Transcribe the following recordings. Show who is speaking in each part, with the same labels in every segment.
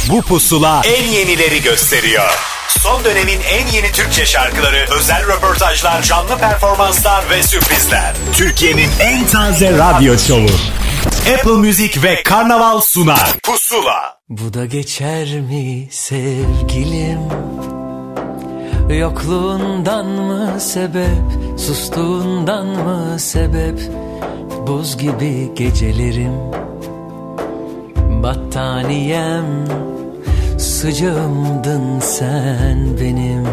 Speaker 1: Bu pusula en yenileri gösteriyor. Son dönemin en yeni Türkçe şarkıları, özel röportajlar, canlı performanslar ve sürprizler. Türkiye'nin en taze radyo şovu. Apple Music ve Karnaval sunar. Pusula.
Speaker 2: Bu da geçer mi sevgilim? Yokluğundan mı sebep, sustuğundan mı sebep? Buz gibi gecelerim, battaniyem, sıcağımdın sen benim.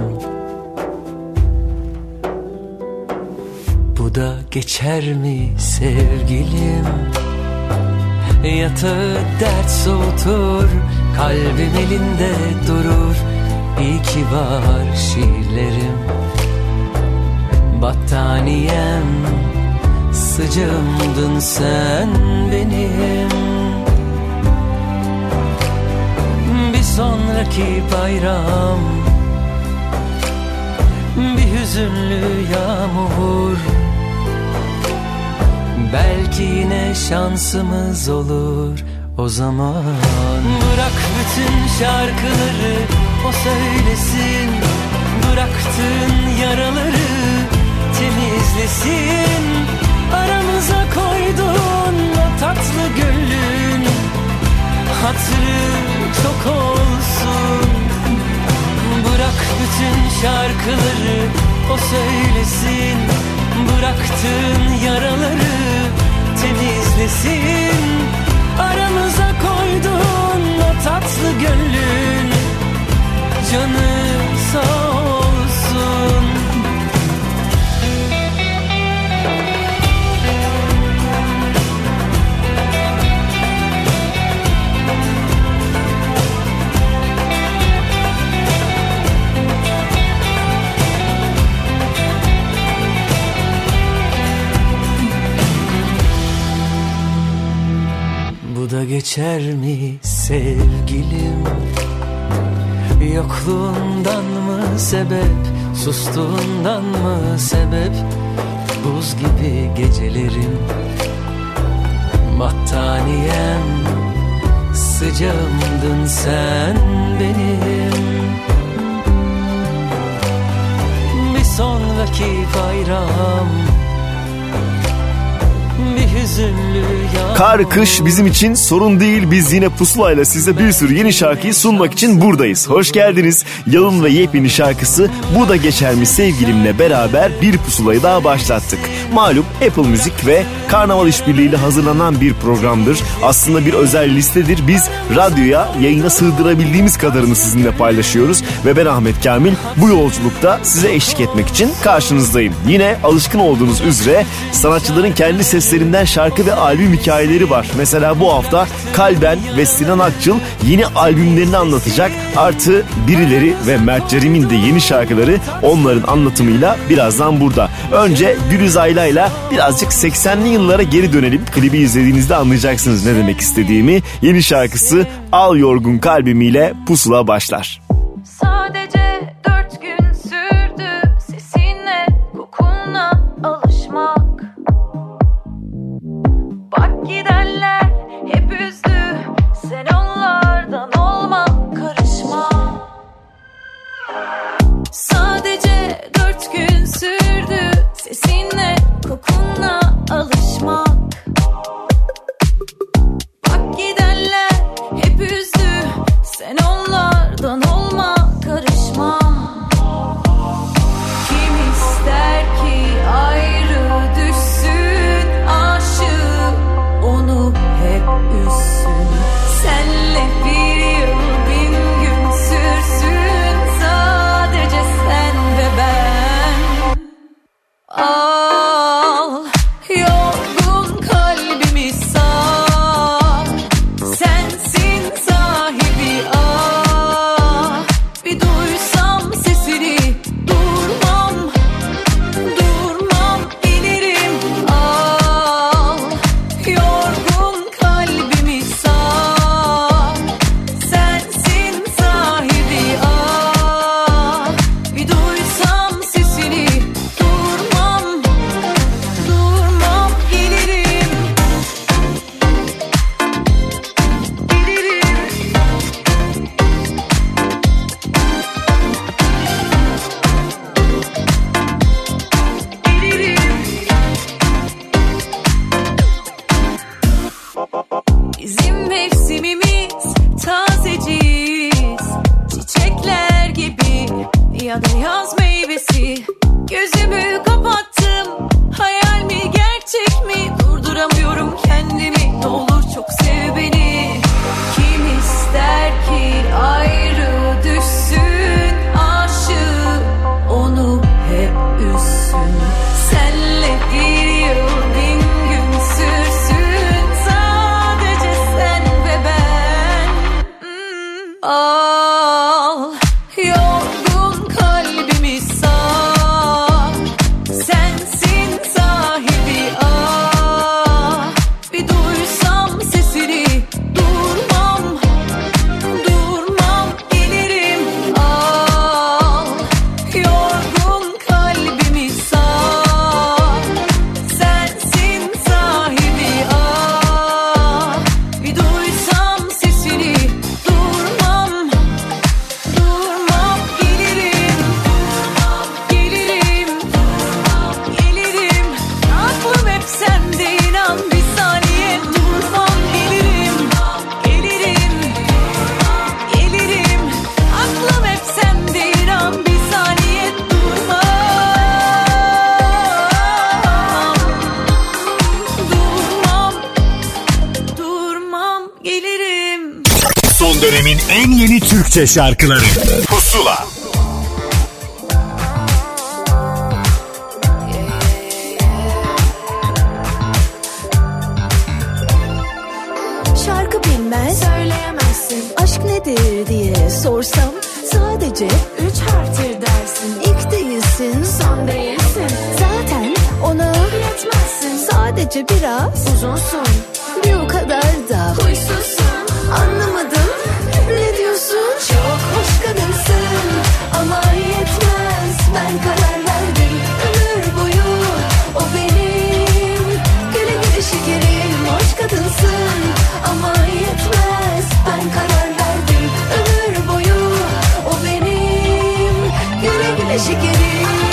Speaker 2: Bu da geçer mi sevgilim? Yatağı dert soğutur, kalbim elinde durur. İyi ki var şiirlerim, battaniyem, sıcağımdın sen benim. Bir sonraki bayram, bir hüzünlü yağmur, belki yine şansımız olur o zaman. Bırak bütün şarkıları o söylesin, bıraktığın yaraları temizlesin. Aramıza koyduğun o tatlı gönlün hatırı çok olsun. Bırak bütün şarkıları o söylesin, bıraktığın yaraları temizlesin. Aramıza koyduğun o tatlı gönlün canı sağ olsun. Bu da geçer mi sevgilim? Yokluğundan mı sebep, sustuğundan mı sebep? Buz gibi gecelerim, battaniyem, sıcağımdın sen benim. Bir sonraki bayram,
Speaker 3: kar, kış bizim için sorun değil. Biz yine Pusula'yla size bir sürü yeni şarkıyı sunmak için buradayız. Hoş geldiniz. Yalın ve yepyeni şarkısı Bu Da Geçer Mi Sevgilimle beraber bir Pusula'yı daha başlattık. Malum Apple Music ve Karnaval işbirliğiyle hazırlanan bir programdır. Aslında bir özel listedir. Biz radyoya, yayına sığdırabildiğimiz kadarını sizinle paylaşıyoruz. Ve ben Ahmet Kamil bu yolculukta size eşlik etmek için karşınızdayım. Yine alışkın olduğunuz üzere sanatçıların kendi seslerinden şarkı ve albüm hikayeleri var. Mesela bu hafta Kalben ve Sinan Akçıl yeni albümlerini anlatacak. Artı birileri ve Mert Cerim'in de yeni şarkıları onların anlatımıyla birazdan burada. Önce Gülüz Ayla'yla birazcık 80'li yıllara geri dönelim. Klibi izlediğinizde anlayacaksınız ne demek istediğimi. Yeni şarkısı Al Yorgun Kalbimiyle Pusula başlar.
Speaker 4: Sadece 4 gün sürdü sesinle, kokunla alışmak. Bak gidenler hep üzdü, sen onlardan olma, karışma. Sadece 4 gün sürdü sesinle, kokunla alışmak. Bak gidenler hep üzdü, sen onlardan olma, karışma. Kim ister ki ayrı düşsün aşığı, onu hep üzsün. Senle bir yıl 1000 gün sürsün, sadece sen ve ben. Al yorgun kalbimi sar, sensin sahibi, ah. Al yorgun kalbimi sar, sensin sahibi. Ah, bir duysam sesini durmam, durmam gelirim. Al yorgun kalbimi sar, sensin sahibi. Ah, bir duysam sesini durmam, durmam gelirim, gelirim, gelirim. Aklım hep sende, inan bir saniye durmam gelirim, gelirim, gelirim. Aklım hep sende, inan bir saniye durmam, durmam, durmam gelirim.
Speaker 1: Son dönemin en yeni Türkçe şarkıları Pusula.
Speaker 5: Şarkı bilmez, söyleyemezsin. Aşk nedir diye sorsam sadece 3 harftir dersin. İlk değilsin, son değilsin. Zaten ona yetmezsin. Sadece biraz uzunsun, bir o kadar da huysuzsun. Anlamadım, ne diyorsun? Çok hoş kadınsın ama yetmez. Ben karar verdim, ömür boyu o benim. Güle güle şekerim, hoş kadınsın ama yetmez. Ben karar verdim, ömür boyu o benim. Güle güle şekerim.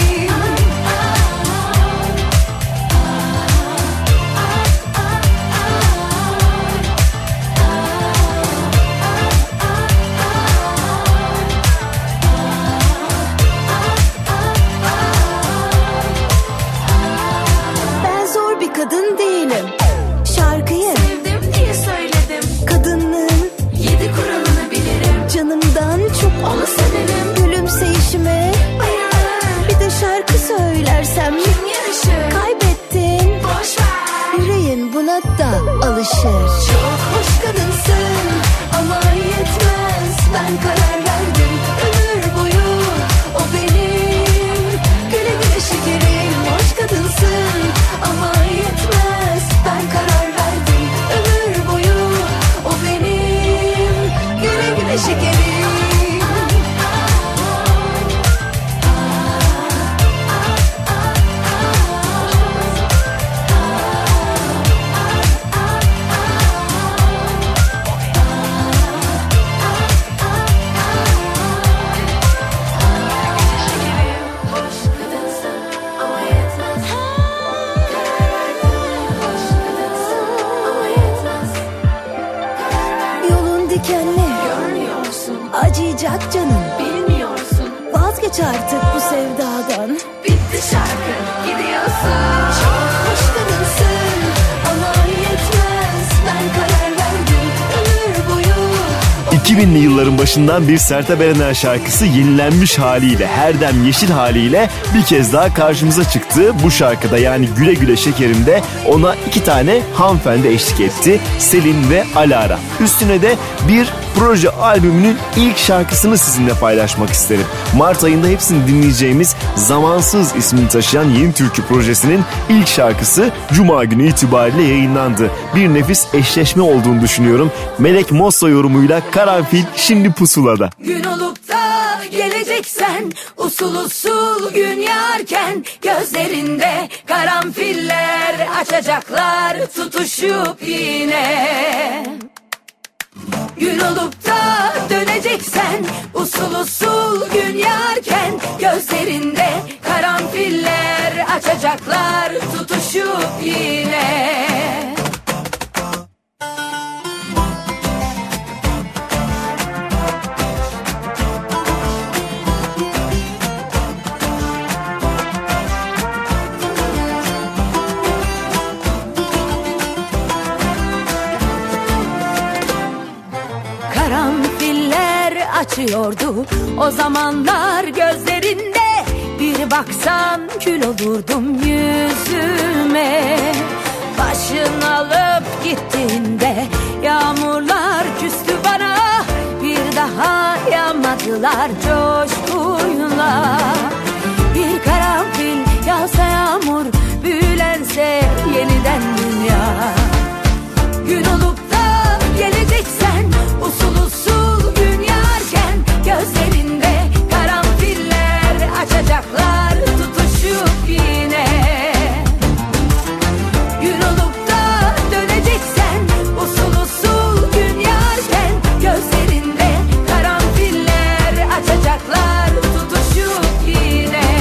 Speaker 5: Ben zor bir kadın değilim. Şarkıyı sevdim diye söyledim. Kadınlığın 7 kuralını bilirim. Canımdan çok onu severim. Gülümseyişime bayılır. Bir de şarkı söylersem kim yarışır? Kaybettin, boş ver. Yüreğin buna da alışır. Çok hoş kadınsın ama yetmez. Ben karar verdim, ömür boyu o benim. Güle güle şekerim, hoş kadınsın ama yetmez. Ben karar verdim, ömür boyu o benim. Güle güle şekerim. Yolun dikenli, acıyacak canım, bilmiyorsun. Vazgeç artık bu sevdadan. Bitti şarkı, gidiyorsun. Çok hoş kadınsın ama yetmez. Ben karar verdim, ömür boyu.
Speaker 3: 2000'li yılların başından bir Sertab Erener şarkısı yenilenmiş haliyle, her dem yeşil haliyle bir kez daha karşımıza çıktı. Bu şarkıda yani Güle Güle Şekerim'de ona 2 tane hanımefendi eşlik etti. Selin ve Alara. Üstüne de bir proje albümünün ilk şarkısını sizinle paylaşmak isterim. Mart ayında hepsini dinleyeceğimiz Zamansız ismini taşıyan yeni türkü projesinin ilk şarkısı Cuma günü itibariyle yayınlandı. Bir nefis eşleşme olduğunu düşünüyorum. Melek Mossa yorumuyla Karanfil şimdi Pusula'da.
Speaker 4: Gün olup da geleceksen, usul usul gün yarken, gözlerinde karanfiller açacaklar tutuşup yine. Gün olup da döneceksen, usul usul gün yarken, gözlerinde karanfiller açacaklar tutuşup yine. Karanfiller açıyordu o zamanlar gözlerinde. Bir baksan kül olurdum yüzüme. Başın alıp gittiğinde yağmurlar küstü bana. Bir daha yağmadılar coşkuyla. Bir karanfil yağsa yağmur, büyülense yeniden dünya. Gün olup da geleceksen usul usul gün yağarken, gözlerinde karanfiller açacaklar tutuşup yine. Gün olup da döneceksen usul usul gün yağarken, gözlerinde karanfiller açacaklar tutuşup yine.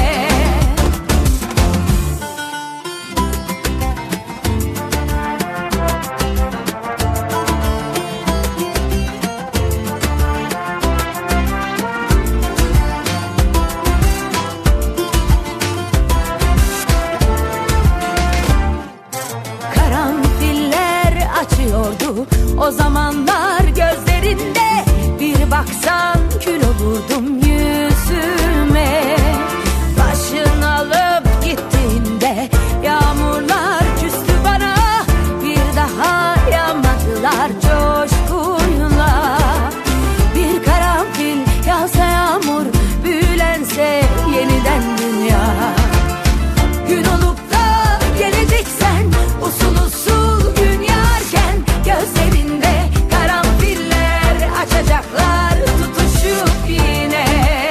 Speaker 4: Karanfiller açıyordu o zamanlar gözlerinde. Bir baksan kül olurdum yüzüme. Başın alıp gittiğinde yağmurlar küstü bana. Bir daha yağmadılar coşkuyla. Bir karanfil yağsa yağmur, büyülense yeniden dünya. Gün olup da geleceksen usul usul gün yağarken, gözlerinde karanfiller açacaklar tutuşup yine.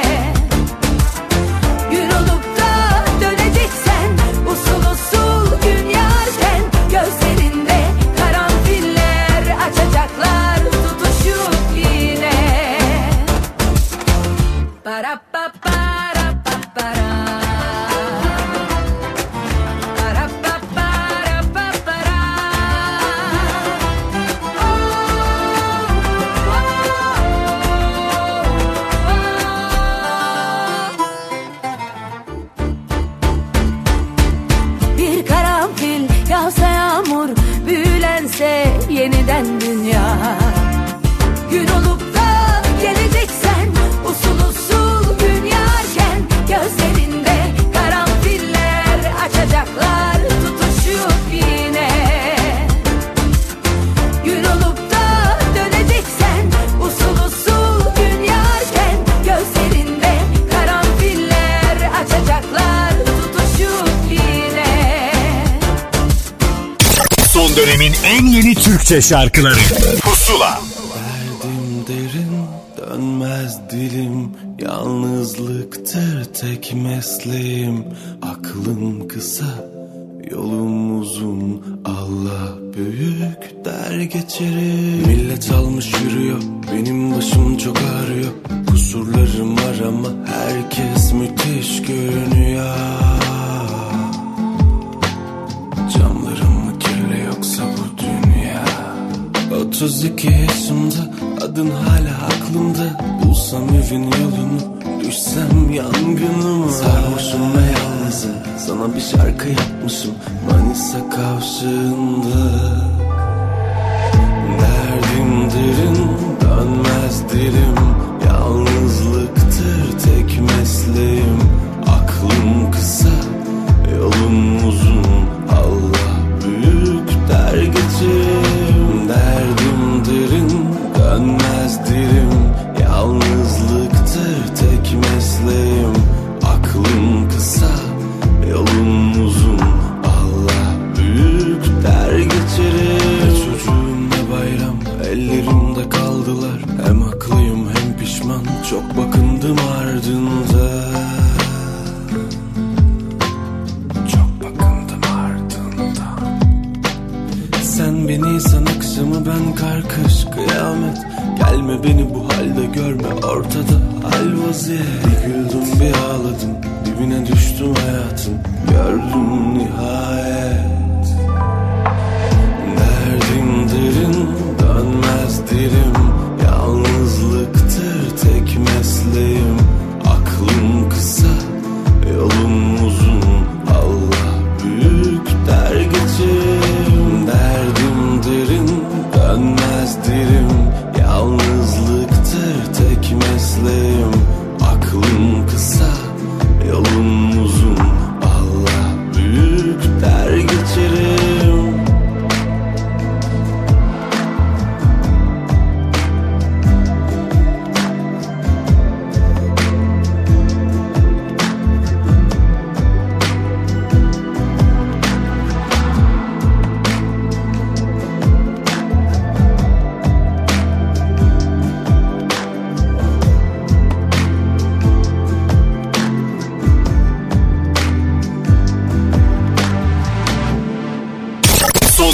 Speaker 4: Gün olup da döneceksen usul usul gün yağarken, gözlerinde karanfiller açacaklar tutuşup yine. Para pa para pa para. Para pa para pa para. Bir karanfil yağsa yağmur, büyülense yeniden dünya. Gün olup da geleceksen usul usul gün yağarken, gözlerinde karanfiller açacaklar tutuşup yine. Gün olup da döneceksen usul usul gün yağarken, gözlerinde karanfiller açacaklar tutuşup yine.
Speaker 1: Son dönemin en yeni Türkçe şarkıları Pusula.
Speaker 2: Derdim derin, dönmez dilim. Yalnızlıktır tek mesleğim. Aklım kısa, yolum uzun. Allah büyük der geçerim. Millet almış yürüyor, benim başım çok ağrıyor. Kusurlarım var ama herkes müthiş görünüyor. Camlarım mı kirli yoksa bu dünya? 32 yaşımda, adın hala aklımda. Bulsam evin yolunu, düşsem yangınıma. Sarhoşum ve yalnızım, sana bir şarkı yapmışım Manisa kavşağında. Derdim derin, dönmez dilim. Yalnızlıktır tek mesleğim. Aklım kısa, yolum uzun. Allah büyük der geçerim. Derdim derin, dönmez dilim. Yalnızlıktır tek mesleğim. Aklım kısa, yolum uzun. Allah büyük der geçerim. Çocuğum ne bayram, ellerimde kaldılar. Hem haklıyım hem pişman, çok bakındım ardında. Çok bakındım ardında. Sen beni san akşamı, ben kar kış kıyamet. Gelme beni bu halde görme, ortada hal vaziyet. Bir güldüm bir ağladım, dibine düştüm hayatım. Gördüm nihayet. Derdim derin, dönmez dilim. Yalnızlıktır tek mesleğim. Aklım kısa, yolum uzun. Allah büyük der geçerim. Derdim derin, dönmez dilim. Yalnızlıktır tek mesleğim. Aklım kısa, yolum uzun. Allah büyük der geçerim.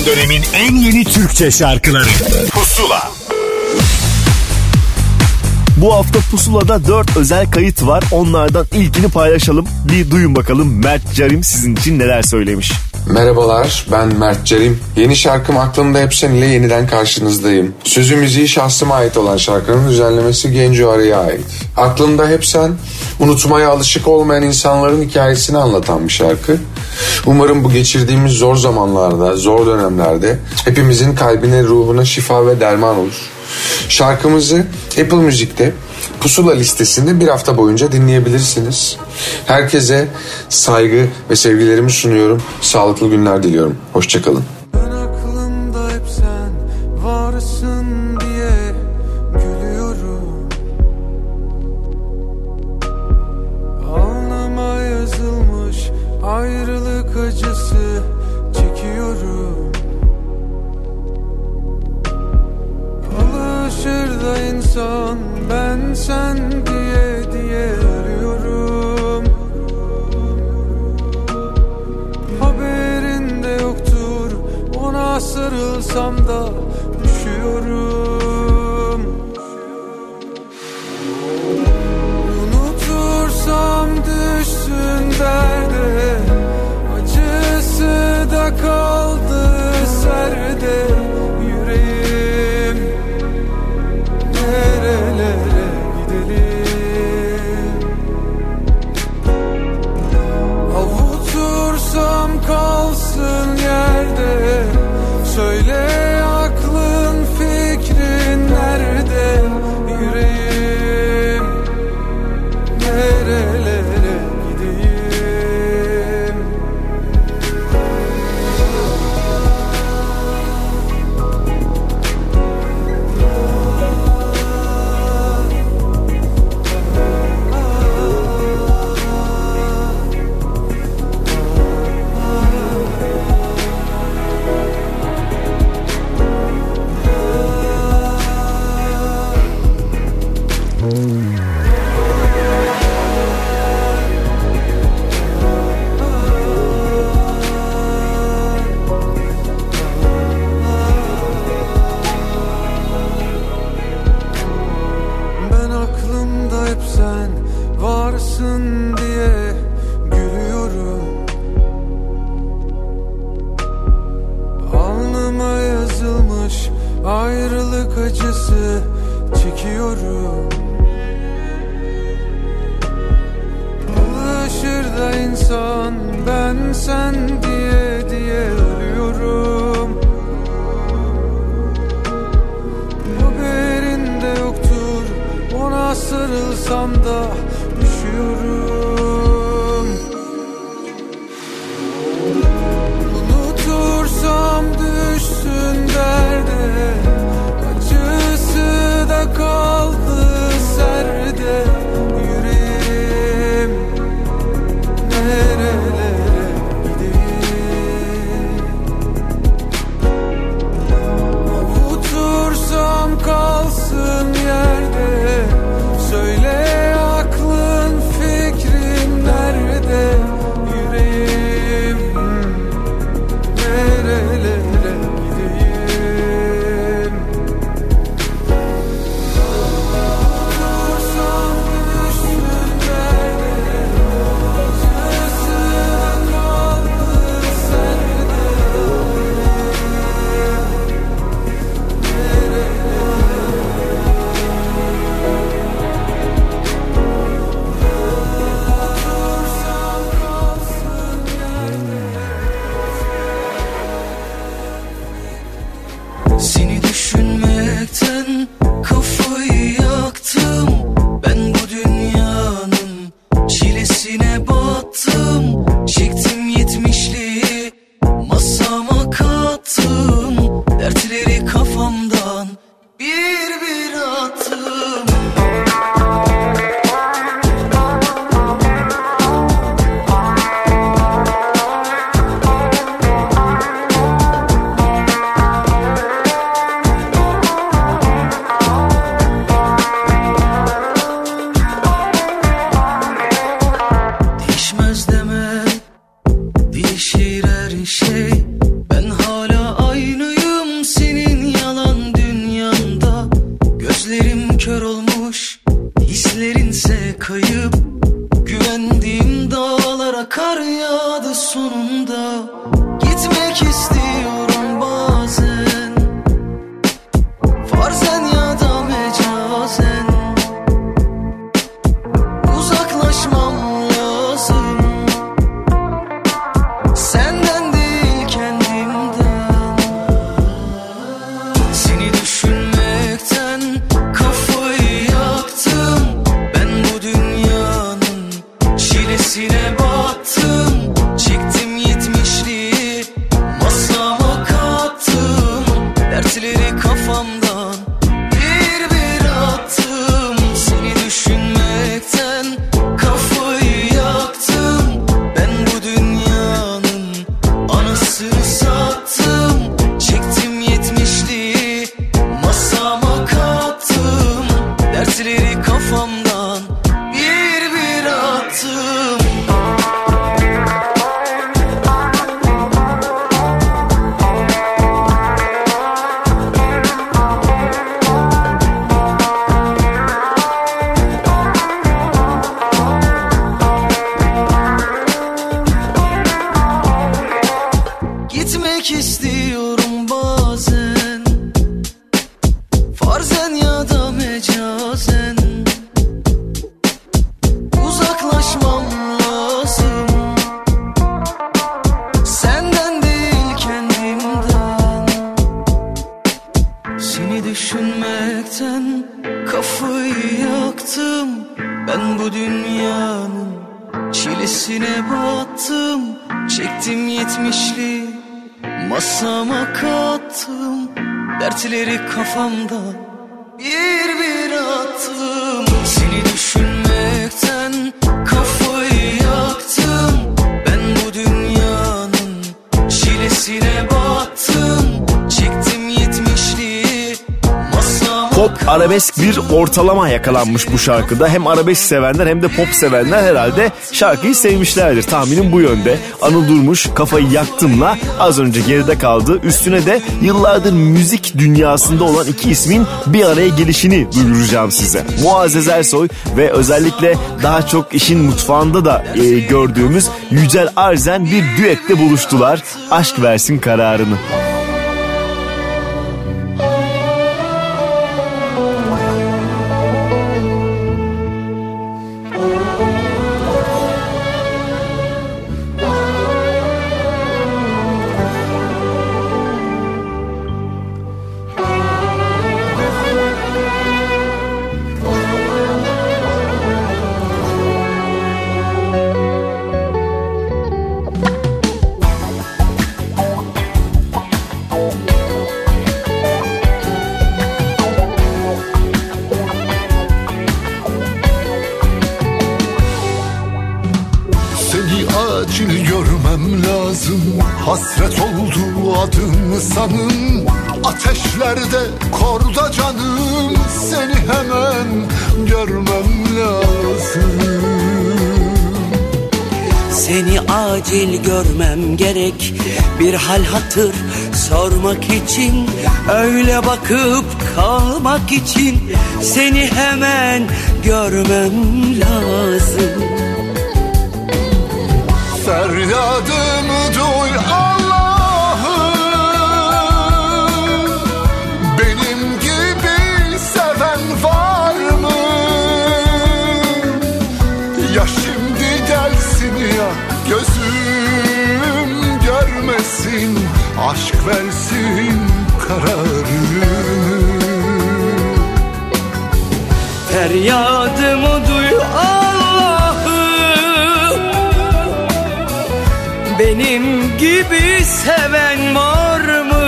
Speaker 1: Son dönemin en yeni Türkçe şarkıları Pusula.
Speaker 3: Bu hafta Pusula'da 4 özel kayıt var. Onlardan ilkini paylaşalım. Bir duyun bakalım Mert Carim sizin için neler söylemiş.
Speaker 6: Merhabalar, ben Mert Carim. Yeni şarkım Aklımda Hep Sen ile yeniden karşınızdayım. Sözü müziği şahsıma ait olan şarkının düzenlemesi Genco Arı'ya ait. Aklımda Hep Sen, unutmaya alışık olmayan insanların hikayesini anlatan bir şarkı. Umarım bu geçirdiğimiz zor zamanlarda, zor dönemlerde hepimizin kalbine, ruhuna şifa ve derman olur. Şarkımızı Apple Müzik'te Pusula listesinde bir hafta boyunca dinleyebilirsiniz. Herkese saygı ve sevgilerimi sunuyorum. Sağlıklı günler diliyorum. Hoşçakalın.
Speaker 2: Ben aklımda hep sen varsın diye gülüyorum. Alnıma yazılmış ayrılık acısı çekiyorum. Alışır da insan ben sen diye arıyorum. Haberin de yoktur, ona sarılsam da düşüyorum. Unutursam düşsün derde, acısı da kaldı serde. Yüreğim nerelere gidelim? Avutursam kalsın yerde. Söyle aklın fikrin nerede? Yüreğim nerelere gideyim? Ben aklımda hep sen varsın diye gülüyorum. Alnıma yazılmış ayrılık acısı çekiyorum. Alışır da insan ben sen diye arıyorum. Haberin de yoktur, ona sarılsam da düşüyorum. Unutursam düşsün derde, acısı da kaldı serde. Yüreğim nerelere gideyim? Avutursam kalsın yerde. Söyle aklın fikrin olmuş, hislerinse kayıp. Güvendiğim dağlara kar yağdı sonunda. Gitmek istiyorum bazen, farzen ya da mecazen. Uzaklaşmam lazım, senden değil kendimden. Seni düşünmekten kafayı yaktım. Ben bu dünyanın çilesine battım. Çektim 70'liği, masama kattım. Dertleri kafamdan bir bir attım. Seni düşünmekten kafayı yaktım. Ben bu dünyanın anasını sattım. Çektim 70'liği, masama kattım. Dertleri kafamdan bir bir attım. Gitmek istiyorum bazen, farzen ya da mecazen. Uzaklaşmam lazım, senden değil kendimden. Seni düşünmekten kafayı yaktım. Ben bu dünyanın çilesine battım. Çektim 70'li, masama kattım. Dertleri kafamdan bir bir attım. Seni düşünmekten kafayı yaktım. Ben bu dünyanın çilesine battım. Çektim 70'li, masama
Speaker 3: Pop arabesk bir ortalama yakalanmış bu şarkıda. Hem arabesk sevenler hem de pop sevenler herhalde şarkıyı sevmişlerdir. Tahminim bu yönde. Anıl Durmuş Kafayı Yaktım'la az önce geride kaldı. Üstüne de yıllardır müzik dünyasında olan iki ismin bir araya gelişini duyuracağım size. Muazzez Ersoy ve özellikle daha çok işin mutfağında da gördüğümüz Yücel Arzen bir düette buluştular. Aşk versin kararını.
Speaker 7: acil görmem lazım. Hasret oldu adın sanım, ateşlerde korda canım. Seni hemen görmem lazım.
Speaker 8: Seni acil görmem gerek, bir hal hatır sormak için, öyle bakıp kalmak için seni hemen görmem lazım.
Speaker 7: Feryadımı duy Allah'ım, benim gibi seven var mı? Ya şimdi gelsin ya gözüm görmesin, aşk versin kararını.
Speaker 8: Feryadımı duy Allah'ım, benim gibi seven var mı?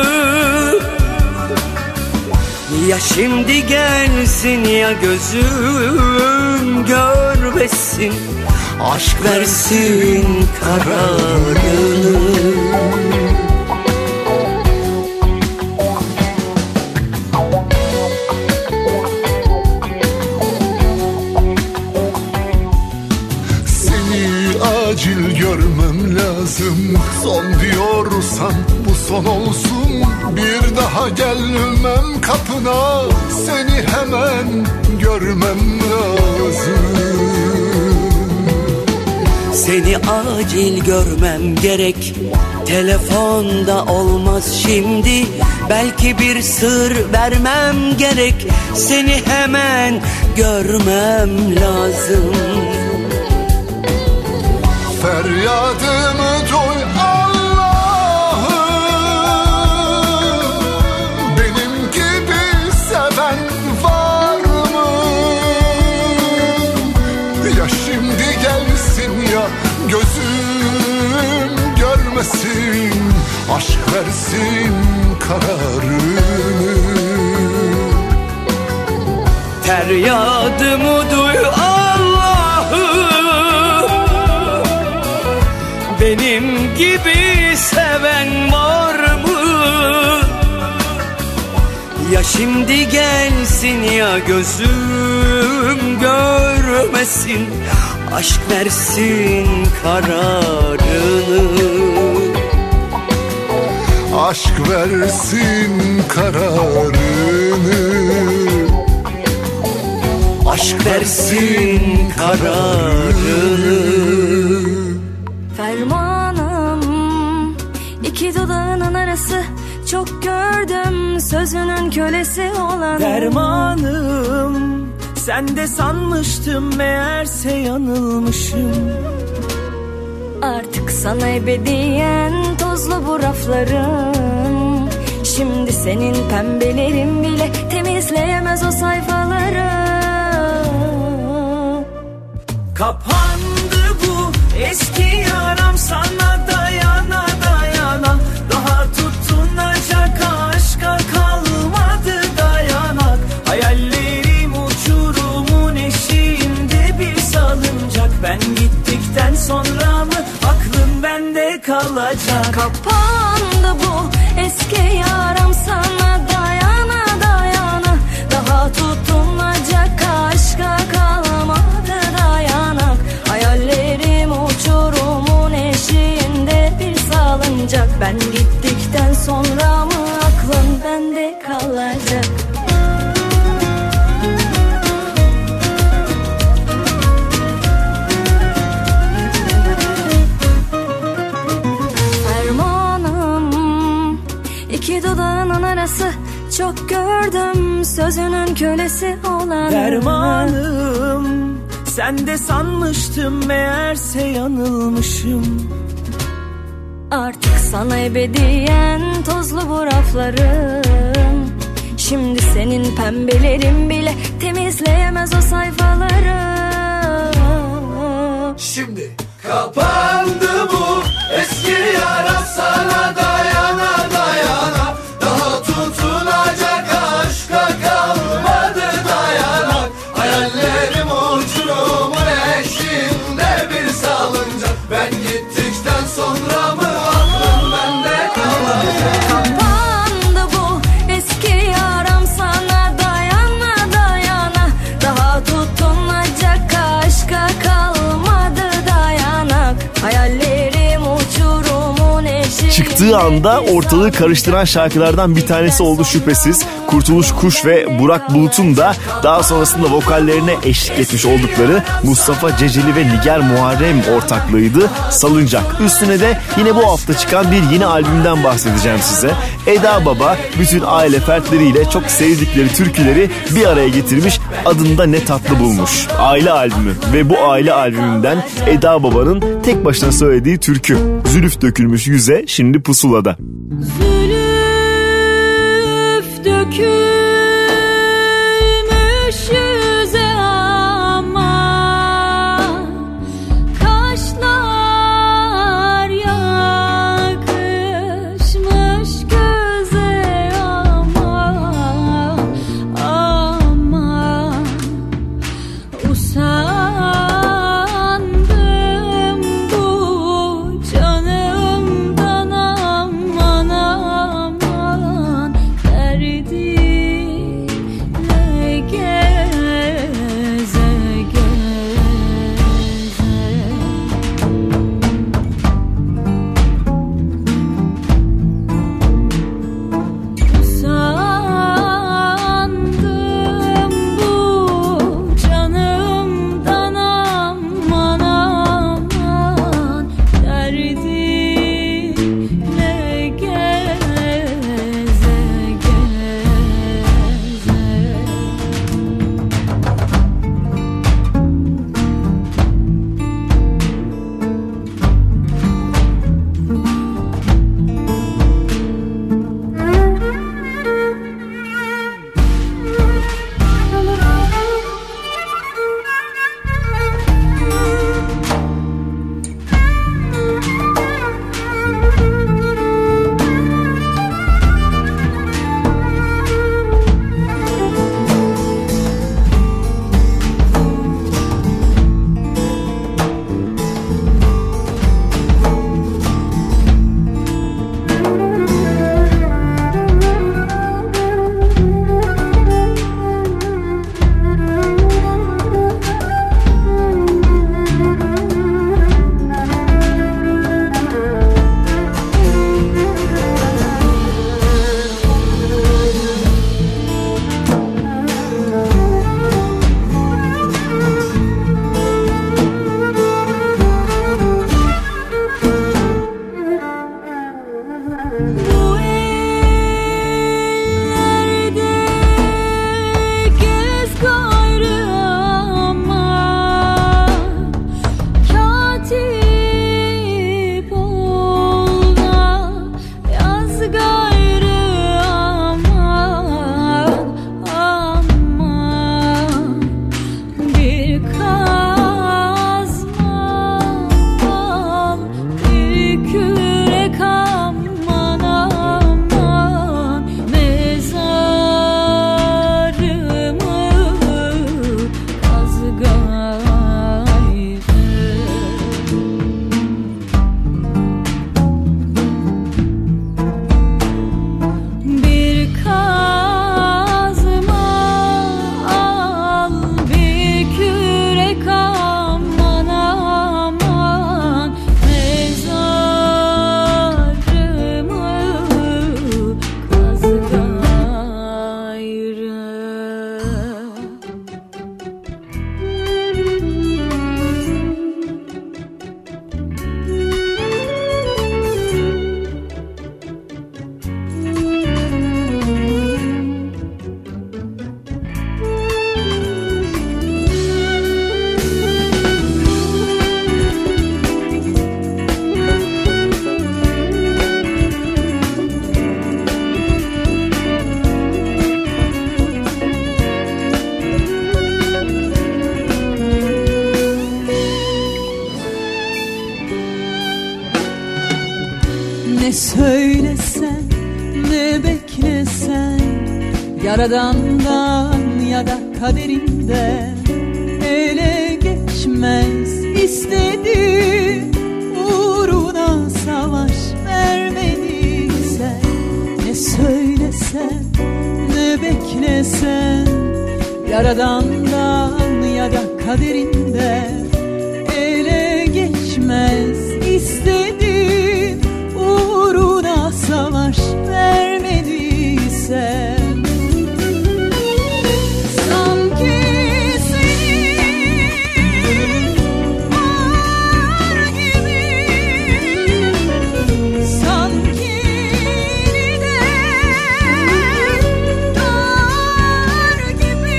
Speaker 8: Ya şimdi gelsin ya gözüm görmesin, aşk versin kararını.
Speaker 7: Acil görmem lazım. Son diyorsan bu son olsun, bir daha gelmem kapına, seni hemen görmem lazım.
Speaker 8: Seni acil görmem gerek, telefonda olmaz şimdi. Belki bir sır vermem gerek, seni hemen görmem lazım.
Speaker 7: Feryadımı duy Allah'ım, benim gibi seven var mı? Ya şimdi gelsin ya gözüm görmesin, aşk versin kararını.
Speaker 8: Feryadımı duy Allah'ım, benim gibi seven var mı? Ya şimdi gelsin ya gözüm görmesin, aşk versin kararını.
Speaker 7: Aşk versin kararını.
Speaker 8: Aşk versin kararını.
Speaker 4: Fermanım iki dudağının arası, çok gördüm sözünün kölesi olan.
Speaker 2: Dermanım, sen de sanmıştım, meğerse yanılmışım.
Speaker 4: Artık sana ebediyen tozlu bu raflarım. Şimdi senin pembelerin bile temizleyemez o sayfaları.
Speaker 2: Kapandı bu eski yaram, sana dayana dayana. Daha tutunacak aşka kalmadı dayanak. Hayallerim uçurumun eşiğinde bir salıncak. Ben gittikten sonra mı aklın bende kalacak?
Speaker 4: Kapandı bu eski yaram, sana dayana dayana. Daha tutunacak aşka kalmadı dayanak. Hayallerim uçurumun eşiğinde bir salıncak. Ben gittikten sonra mı aklın bende kalacak? Fermanım iki dudağının arası, çok gördüm sözünün kölesi olan.
Speaker 2: Dermanım, sen de sanmıştım, meğerse yanılmışım.
Speaker 4: Artık sana ebediyen tozlu bu raflarım. Şimdi senin pembelerin bile temizleyemez o sayfaları.
Speaker 2: Şimdi kapandı bu eski yara, sana dayana dayana. Daha tutunacak aşka kalmadı dayanak. Hayallerim uçurumun eşiğinde bir salıncak. Ben gittikten sonra mı aklım bende kalacak?
Speaker 4: Kapandı bu eski yaram, sana dayana dayana. Daha tutunacak aşka kalmadı dayanak. Hayallerim uçurumun eşiğinde.
Speaker 3: Çıktığı anda ortalığı karıştıran şarkılardan bir tanesi oldu şüphesiz. Kurtuluş Kuş ve Burak Bulut'un da daha sonrasında vokallerine eşlik etmiş oldukları Mustafa Ceceli ve Nigar Muharrem ortaklığıydı Salıncak. Üstüne de yine bu hafta çıkan bir yeni albümden bahsedeceğim size. Eda Baba bütün aile fertleriyle çok sevdikleri türküleri bir araya getirmiş, adını da Ne Tatlı bulmuş. Aile albümü ve bu aile albümünden Eda Baba'nın tek başına söylediği türkü Zülüf Dökülmüş Yüze şimdi Pusula'da.
Speaker 4: Zülüf dökülmüş yüze ama kaşlar yakışmış göze ama usandım bu canımdan aman aman derdim kazmam, bir kürek aman aman, mezarımı kaz gayrı. Bir kazma al, bir kürek aman aman, mezarımı kaz gayrı. Ne söylesen, ne beklesen, Yaradan'dan ya da kaderinden ele geçmez istedi. Uğruna savaş vermediysen, ne söylesen, ne beklesen, Yaradan'dan ya da kaderinden ele geçmez istedi. Uğruna savaş vermediysen, sanki seni var gibi, sanki yeniden doğar gibi,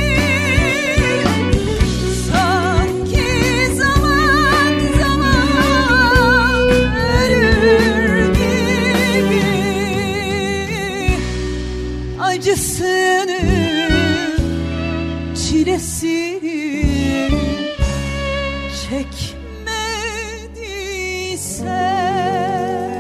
Speaker 4: sanki zaman zaman ölür gibi, acısını, çilesini çekmediysen,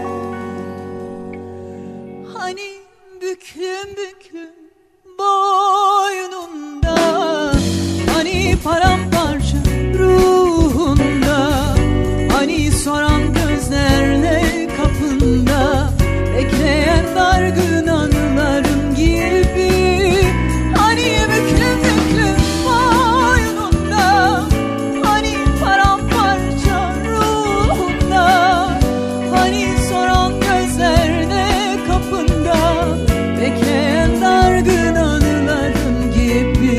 Speaker 4: hani büklüm büklüm boynunda, hani paramparça ruhunda, hani soran gözlerle kapında bekleyen dargın anılarım gibi, hani büklüm büklüm boynunda, hani paramparça ruhunda, hani soran gözlerle kapında bekleyen dargın anılarım gibi.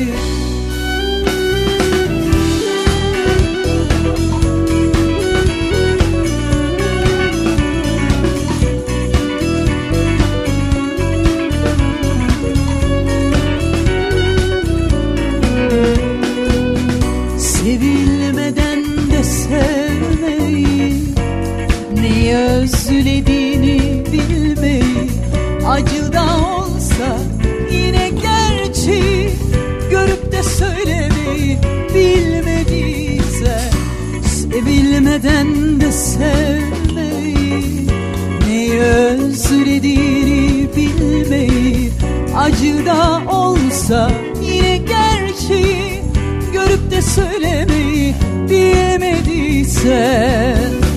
Speaker 4: Sevilmeden de sevmeyi, neyi özlediğini bilmeyi, acı da olsa yine gerçeği görüp de söylemeyi bilmediyse, sevilmeden de sevmeyi, neyi özlediğini bilmeyi, acı da olsa yine gerçeği görüp de söylemeyi bilmediyse,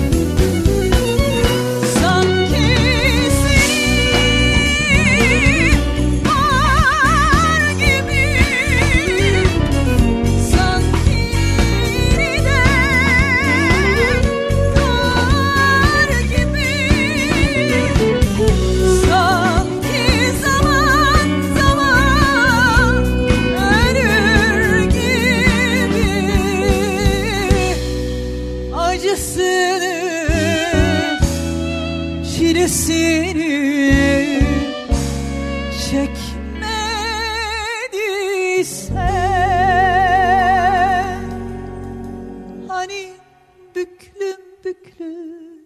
Speaker 4: sanki seni var gibi, sanki yeniden doğar gibi, sanki zaman zaman ölür gibi, acısını, çilesini çekmediysen, hani büklüm büklüm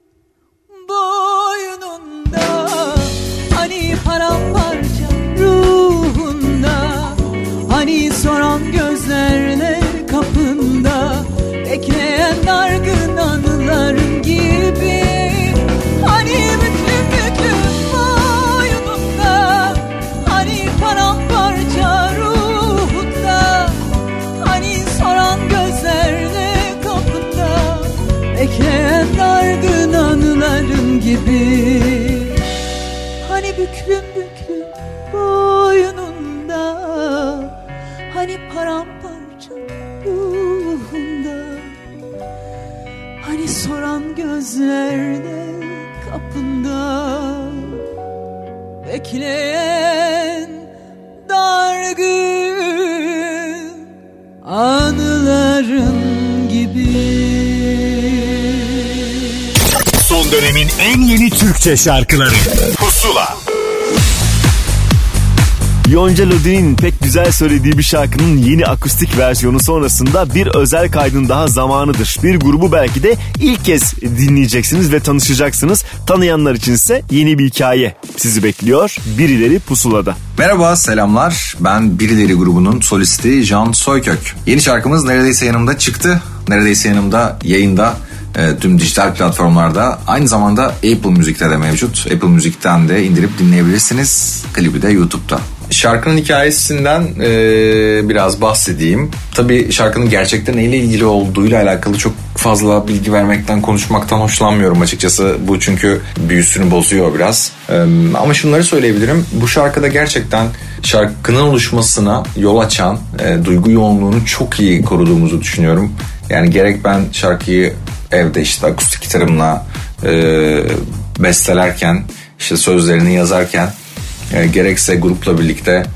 Speaker 4: boynunda, hani paramparça ruhunda, hani soran gözlerle kapında gibi. Hani büklüm büklüm boynunda, hani paramparça ruhunda, hani soran gözlerde kapında, bekleyen dargın anıların gibi.
Speaker 1: Son dönemin en yeni Türkçe şarkıları Pusula.
Speaker 3: Yonca Lodi'nin pek güzel söylediği bir şarkının yeni akustik versiyonu sonrasında bir özel kaydın daha zamanıdır. Bir grubu belki de ilk kez dinleyeceksiniz ve tanışacaksınız. Tanıyanlar içinse yeni bir hikaye sizi bekliyor. Birileri Pusula'da.
Speaker 9: Merhaba, selamlar. Ben Birileri grubunun solisti Can Soykök. Yeni şarkımız Neredeyse Yanımda çıktı. Neredeyse Yanımda yayında. Tüm dijital platformlarda, aynı zamanda Apple Müzik'te de mevcut. Apple Müzik'ten de indirip dinleyebilirsiniz. Klibi de YouTube'da. Şarkının hikayesinden biraz bahsedeyim. Tabii şarkının gerçekten neyle ilgili olduğuyla alakalı çok fazla bilgi vermekten, konuşmaktan hoşlanmıyorum açıkçası. Bu çünkü büyüsünü bozuyor biraz. Ama şunları söyleyebilirim. Bu şarkıda gerçekten şarkının oluşmasına yol açan duygu yoğunluğunu çok iyi koruduğumuzu düşünüyorum. Yani gerek ben şarkıyı evde işte akustik gitarımla bestelerken, işte sözlerini yazarken, gerekse grupla birlikte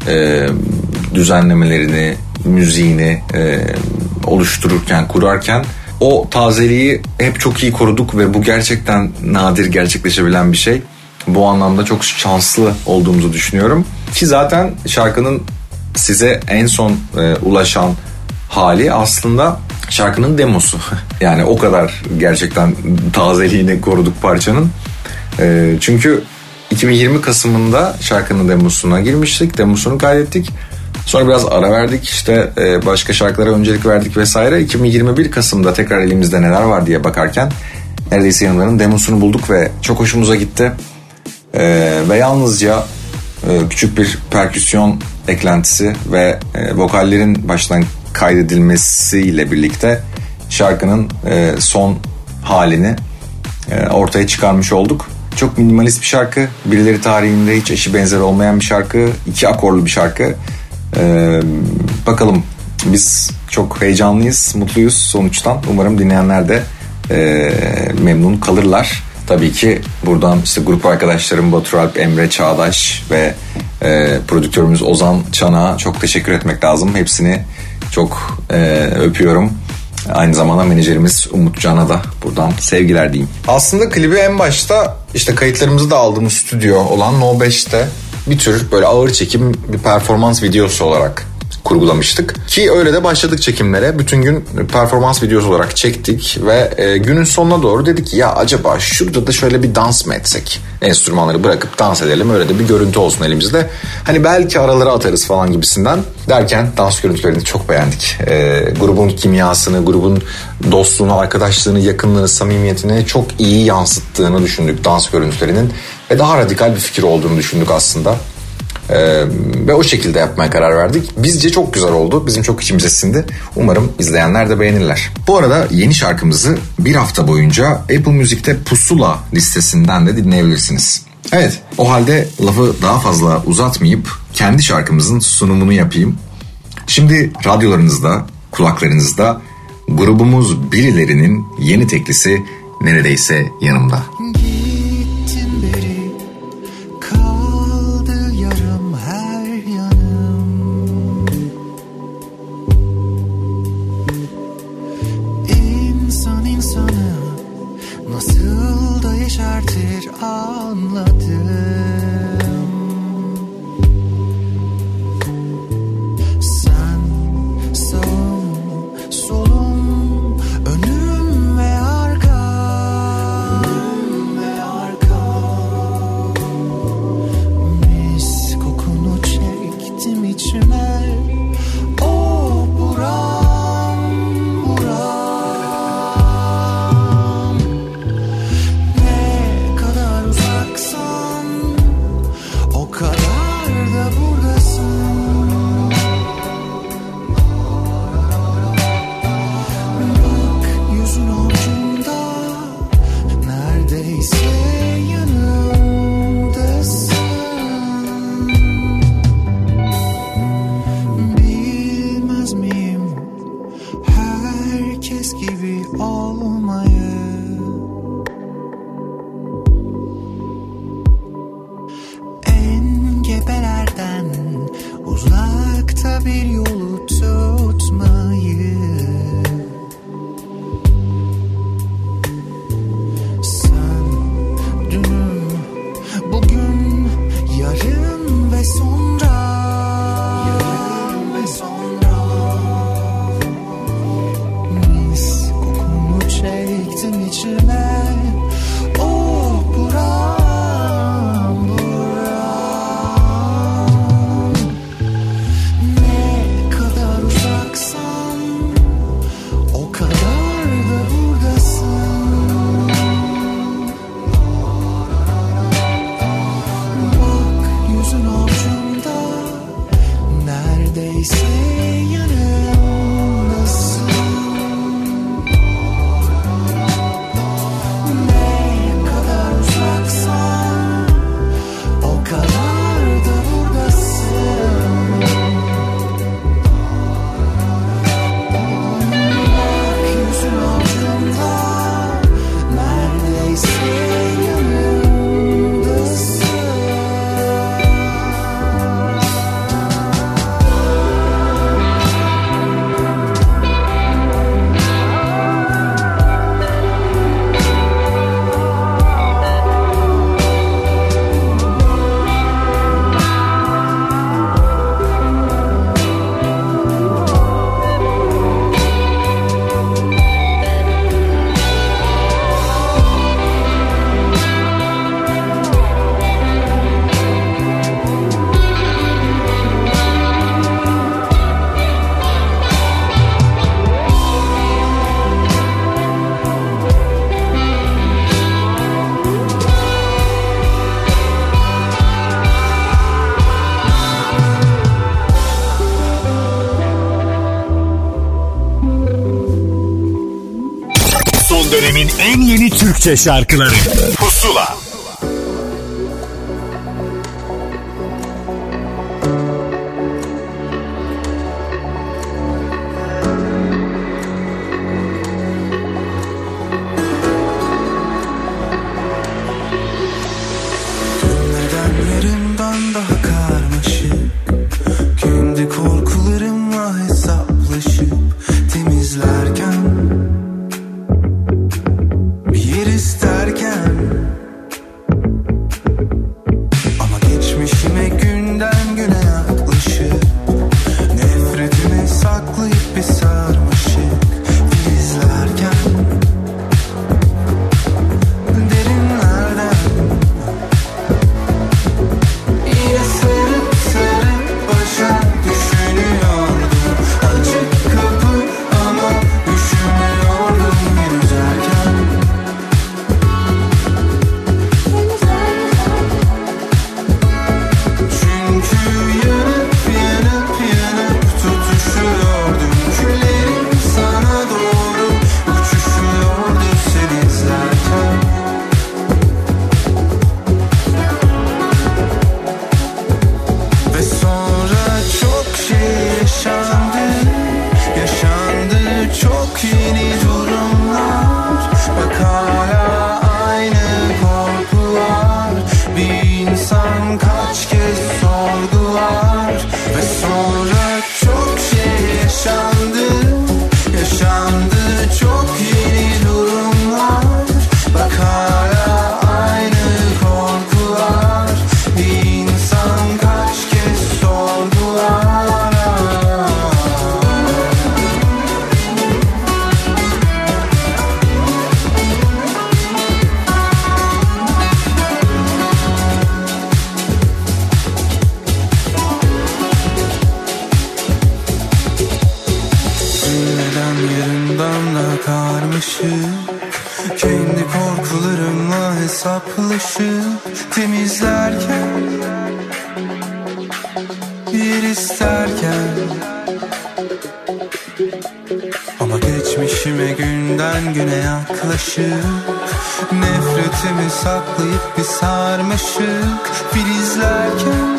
Speaker 9: düzenlemelerini, müziğini oluştururken, kurarken o tazeliği hep çok iyi koruduk ve bu gerçekten nadir gerçekleşebilen bir şey. Bu anlamda çok şanslı olduğumuzu düşünüyorum. Ki zaten şarkının size en son ulaşan hali aslında şarkının demosu. Yani o kadar gerçekten tazeliğini koruduk parçanın. Çünkü 2020 Kasım'ında şarkının demosuna girmiştik. Demosunu kaydettik. Sonra biraz ara verdik. İşte başka şarkılara öncelik verdik vesaire. 2021 Kasım'da tekrar elimizde neler var diye bakarken Neredeyse Yanımların demosunu bulduk ve çok hoşumuza gitti. Ve yalnızca küçük bir perküsyon eklentisi ve vokallerin baştan kaydedilmesiyle birlikte şarkının son halini ortaya çıkarmış olduk. Çok minimalist bir şarkı. Birileri tarihinde hiç eşi benzeri olmayan bir şarkı. 2 akorlu bir şarkı. Bakalım, biz çok heyecanlıyız, mutluyuz sonuçtan. Umarım dinleyenler de memnun kalırlar. Tabii ki buradan işte grup arkadaşlarım Batur Alp, Emre Çağdaş ve prodüktörümüz Ozan Çanak'a çok teşekkür etmek lazım. Hepsini çok öpüyorum. Aynı zamanda menajerimiz Umut Can'a da buradan sevgiler diyeyim. Aslında klibi en başta işte kayıtlarımızı da aldığımız stüdyo olan No 5'te bir tür böyle ağır çekim bir performans videosu olarak kurgulamıştık. Ki öyle de başladık çekimlere. Bütün gün performans videosu olarak çektik ve günün sonuna doğru dedik ki ya acaba şurada da şöyle bir dans mı etsek? Enstrümanları bırakıp dans edelim, öyle de bir görüntü olsun elimizde. Hani belki aralara atarız falan gibisinden derken dans görüntülerini çok beğendik. Grubun kimyasını, grubun dostluğunu, arkadaşlığını, yakınlığını, samimiyetini çok iyi yansıttığını düşündük dans görüntülerinin. Ve daha radikal bir fikir olduğunu düşündük aslında. Ve o şekilde yapmaya karar verdik. Bizce çok güzel oldu. Bizim çok içimize sindi. Umarım izleyenler de beğenirler. Bu arada yeni şarkımızı bir hafta boyunca Apple Müzik'te Pusula listesinden de dinleyebilirsiniz. Evet, o halde lafı daha fazla uzatmayıp kendi şarkımızın sunumunu yapayım. Şimdi radyolarınızda, kulaklarınızda grubumuz Birilerinin yeni teklisi Neredeyse Yanımda.
Speaker 2: Ne kadar uzaksan
Speaker 10: herkes gibi olmayı. Engebelerden uzakta bir yolu tutmayı. Sen dünüm, bugün, yarın ve sonra. Mis kokunu çektim içime. Oh buram buram. Ne kadar uzaksan o kadar da buradasın. Bak yüzün avucumda, neredeyse yanımdasın. Ne kadar uzaksan o kadar da buradasın. Bak yüzün avucumda, neredeyse yanımdasın.
Speaker 1: Son dönemin en yeni Türkçe şarkıları Pusula.
Speaker 10: Neden yarından daha karmaşık, kendi korkularımla hesaplaşıp temizlerken, bir yer isterken, ama geçmişime günden güne yaklaşıp nefretimi saklayıp bir sarmaşık filizlerken, derinlerden yine sarıp sarıp başa düşünüyordum. Açık kapı ama üşümüyordum henüz erken. Çünkü yanıp yanıp yanıp tutuşuyordum. Küllerim sana doğru uçuşuyordu seni izlerken. Ve sonra çok şey yaşandı, yaşandı çok yeni durumlar. Bak hala aynı korkular, bir insan kaç kez sorgular. Ve sonra çok şey yaşandı, yaşandı çok yeni durumlar. Bak hala aynı korkular, bir insan kaç kez sorgular. Neden yarından daha karmaşık, kendi korkularımla hesaplaşıp temizlerken, bir yer isterken, ama geçmişime günden güne yaklaşıp nefretimi saklayıp bir sarmaşık filizlerken,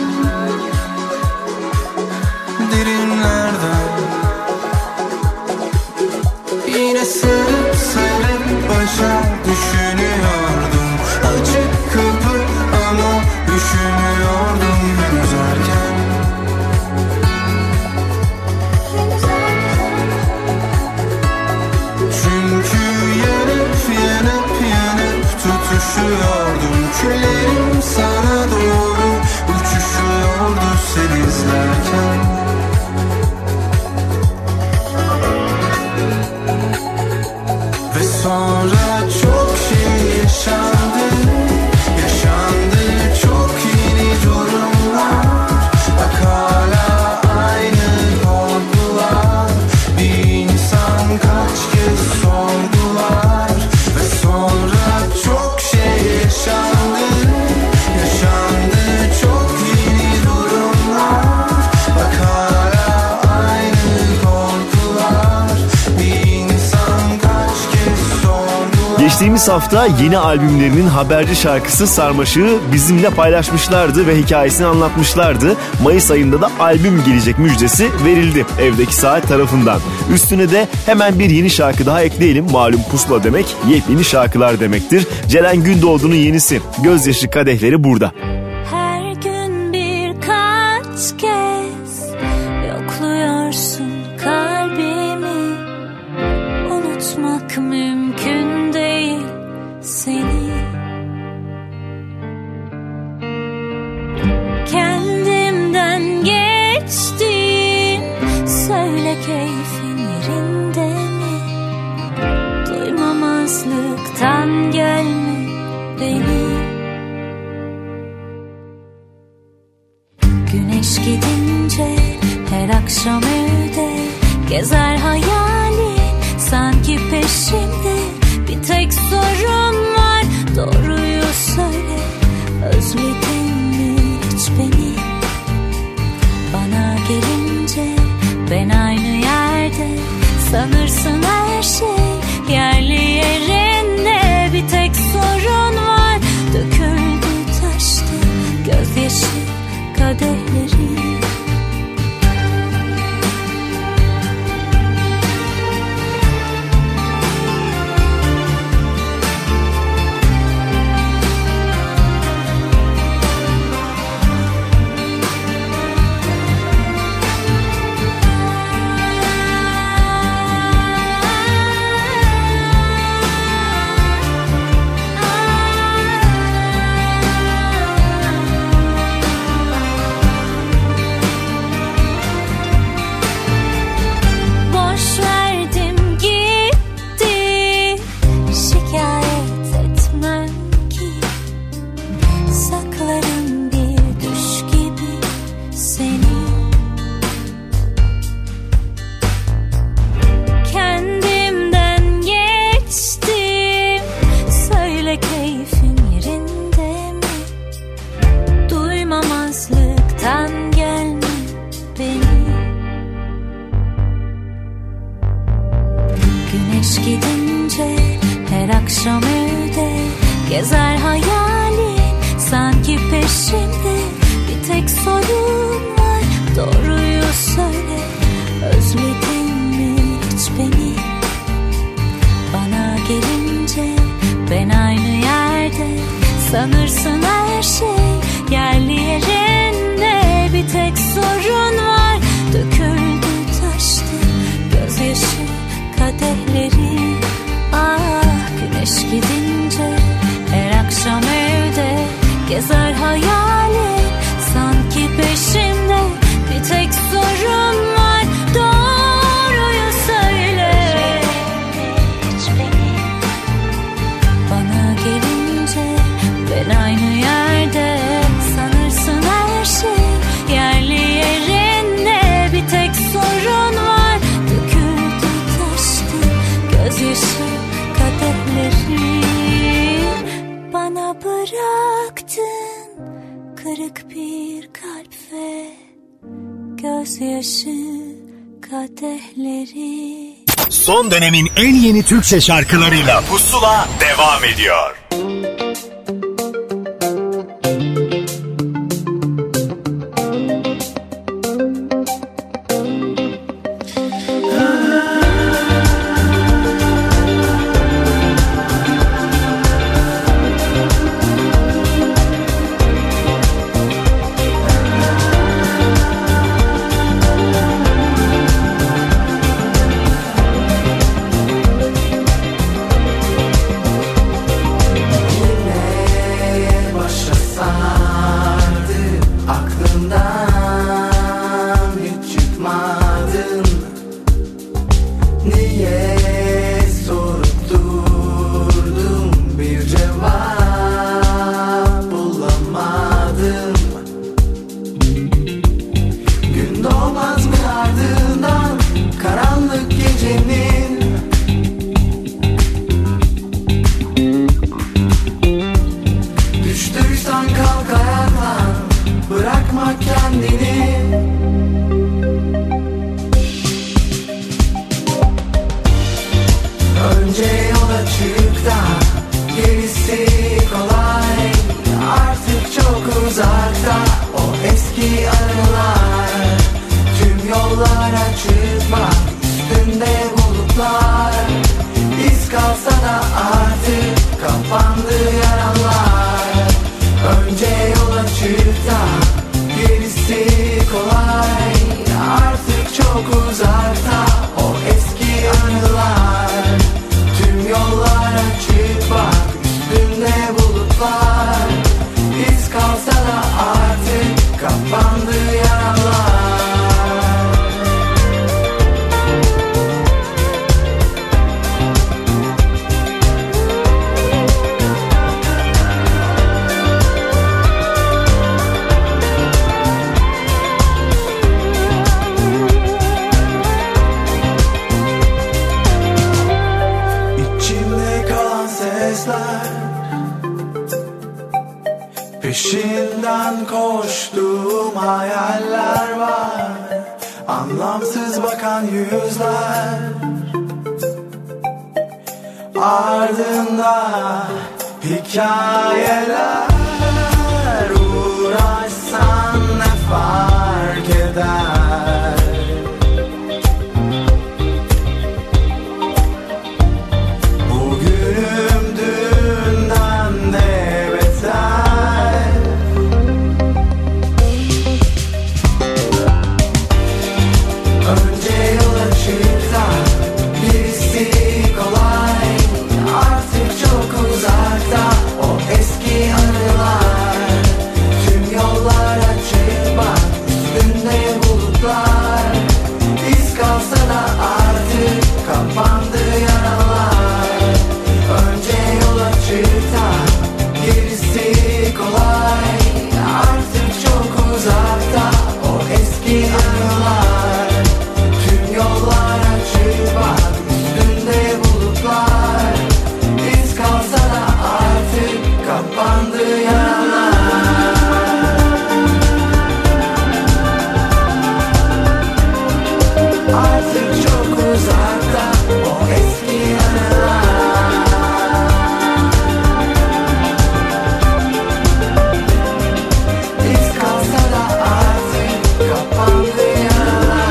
Speaker 10: derinlerden yine sarıp sarıp başa düşünüyordum. Açık kapı ama düşünüyordum yüzerken. Çünkü yanıp yanıp yanıp tutuşuyordum. Küllerim sana doğru uçuşuyordu seni izlerken. Ve sonra çok şey yaşandı. Yaşandı çok yeni durumlar. Bak hala aynı korkular. Bir insan kaç kez sordular. Ve sonra çok şey yaşandı. Yaşandı çok yeni durumlar. Bak hala aynı korkular. Bir insan kaç kez sordular.
Speaker 3: Geçtiğimiz hafta yeni albümlerinin haberci şarkısı Sarmaşık'ı bizimle paylaşmışlardı ve hikayesini anlatmışlardı. Mayıs ayında da albüm gelecek müjdesi verildi Evdeki Saat tarafından. Üstüne de hemen bir yeni şarkı daha ekleyelim. Malum pusula demek yepyeni şarkılar demektir. Ceren Gündoğdu'nun yenisi Gözyaşı Kadehleri burada.
Speaker 4: Her gün birkaç kez yokluyorsun kalbimi. Unutmak mümkün değil seni. Kendimden geçtim. Söyle keyfin yerinde mi? Duymamazlıktan gelme beni. Güneş gidince her akşam evde gezer hayalin sanki peşimde. Bir tek sorun var, doğruyu söyle, özledin mi hiç beni? Bana gelince ben aynı yerde, sanırsın her şey yerli yerinde. Bir tek sorun var, döküldü taştı gözyaşı kadehleri.
Speaker 11: Gezer hayalin sanki peşimde. Bir tek sorun var, doğruyu söyle. Özledin mi hiç beni? Bana gelince ben aynı yerde, sanırsın her şey yerli yerinde. Bir tek sorun var, döküldü taştı gözyaşı kadehleri. Ah, güneş gidince her akşam evde gezer hayalin sanki peşimde. Bir tek sorun var, doğruyu söyle. Bana gelince ben aynı yerde, sanırsın her şey yerli yerinde. Bir tek sorun var, döküldü taştı gözyaşı kadehleri. Bana bıraktın kırık bir kalp ve gözyaşı kadehleri.
Speaker 1: Son dönemin en yeni Türkçe şarkılarıyla Pusula devam ediyor.
Speaker 10: Önce yola çık da gerisi kolay. Artık çok uzakta o eski anılar. Tüm yollara çıkmak üstünde bulutlar. İz kalsa da artık kapandı yaralar. Önce yola çık da gerisi kolay. Artık çok uzakta o eski anılar. Tüm yollara çık bak üstünde bulutlar. İz kalsa da artık kapandı yaralar. Peşinden koştuğum hayaller var. Anlamsız bakan yüzler. Ardında hikayeler. Uğraşsan ne fark eder? Bugünüm dünden de beter. Önce yola çık da gerisi kolay. Artık çok uzakta o eski anılar. Tüm yollara çık bak üstünde bulutlar. İz kalsa da artık kapandı yaralar. Önce yola çık da gerisi kolay. Artık çok uzakta o eski anılar. Tüm yollara çık bak üstünde bulutlar. İz kalsa da artık kapandı yaralar. Artık çok uzakta o eski anılar. İz kalsa da artık kapandı yaralar.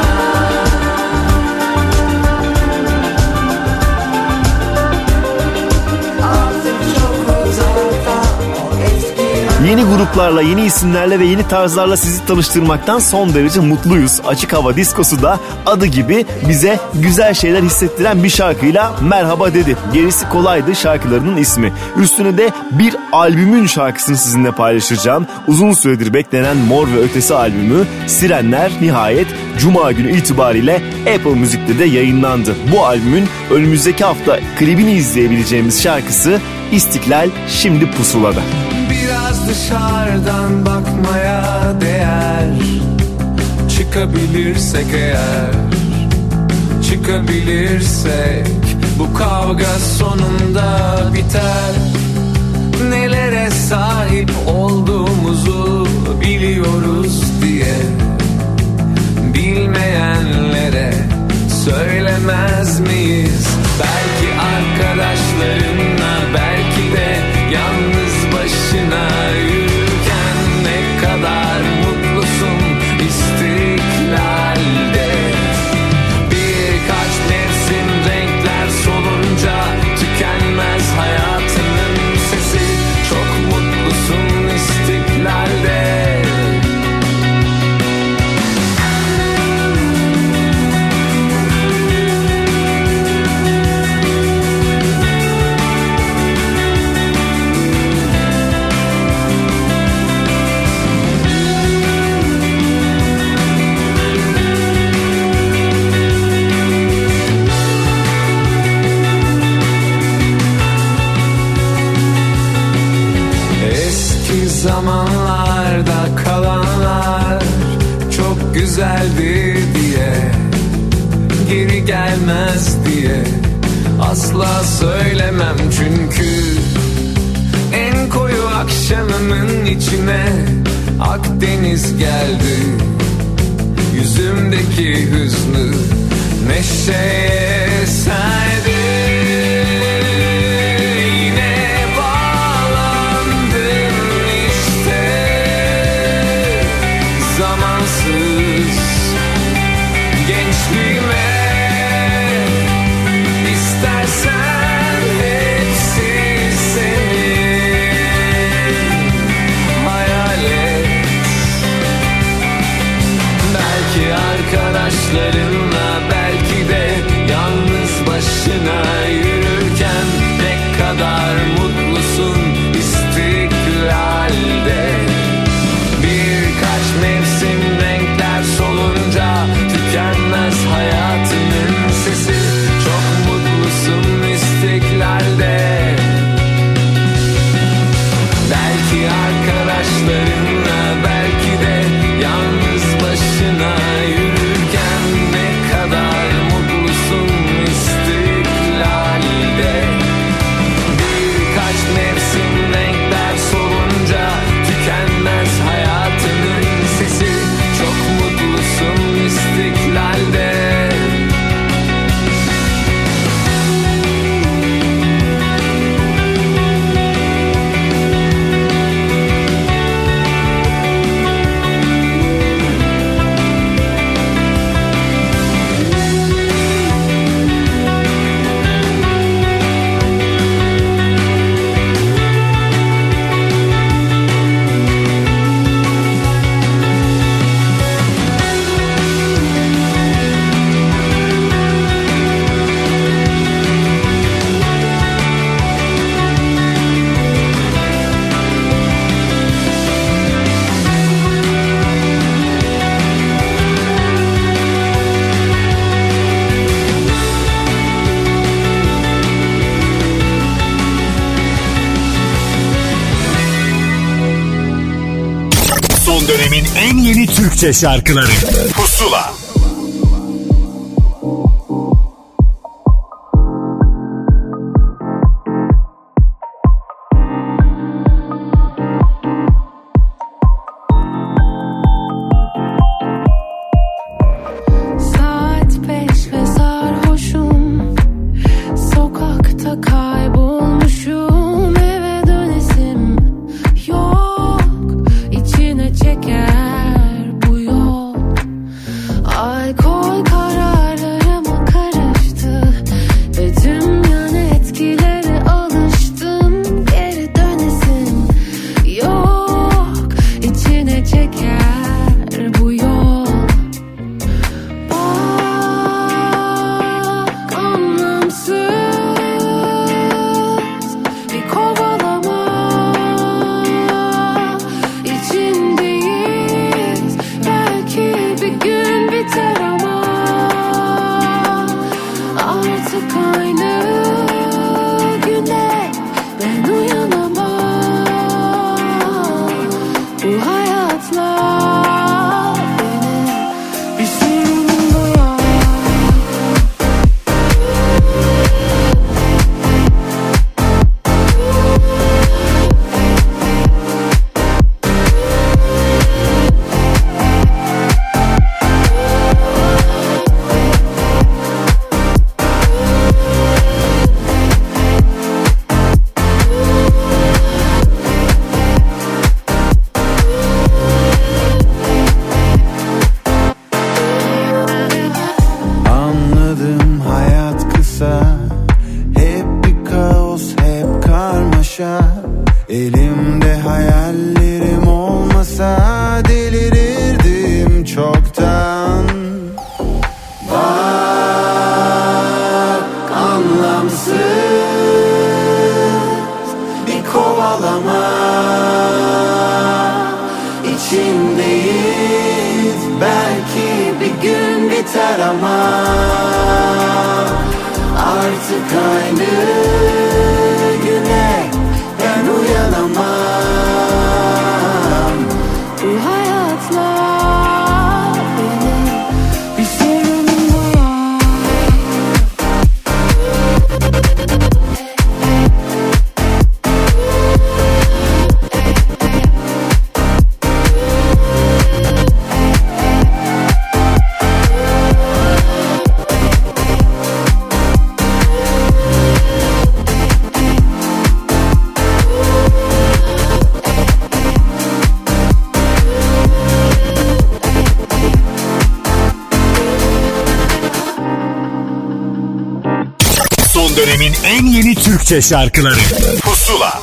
Speaker 10: Artık çok uzakta o eski
Speaker 3: Yeni gruplarla, yeni isimlerle ve yeni tarzlarla sizi tanıştırmaktan son derece mutluyuz. Açık Hava Diskosu da adı gibi bize güzel şeyler hissettiren bir şarkıyla merhaba dedi. Gerisi kolaydı şarkılarının ismi. Üstüne de bir albümün şarkısını sizinle paylaşacağım. Uzun süredir beklenen Mor ve Ötesi albümü Sirenler nihayet Cuma günü itibariyle Apple Müzik'te de yayınlandı. Bu albümün önümüzdeki hafta klibini izleyebileceğimiz şarkısı İstiklal şimdi pusulada.
Speaker 10: Biraz dışarıdan bakmaya değer. Çıkabilirsek eğer, çıkabilirsek bu kavga sonunda biter. Nelere sahip olduğumuzu biliyoruz diye bilmeyenlere söylemez miyiz? Belki arkadaşlarınla, belki de yalnız başına yürürken ne kadar mutlusun istiklalde. Birkaç mevsim renkler solunca tükenmez hayatının sesi. Çok mutlusun istiklalde. Zamanlarda kalanlar çok güzeldi diye, geri gelmez diye asla söylemem. Çünkü en koyu akşamımın içine Akdeniz geldi. Yüzümdeki hüznü neşeye serdi.
Speaker 1: yeni Türkçe şarkıları Pusula. Dönemin en yeni Türkçe şarkıları Pusula.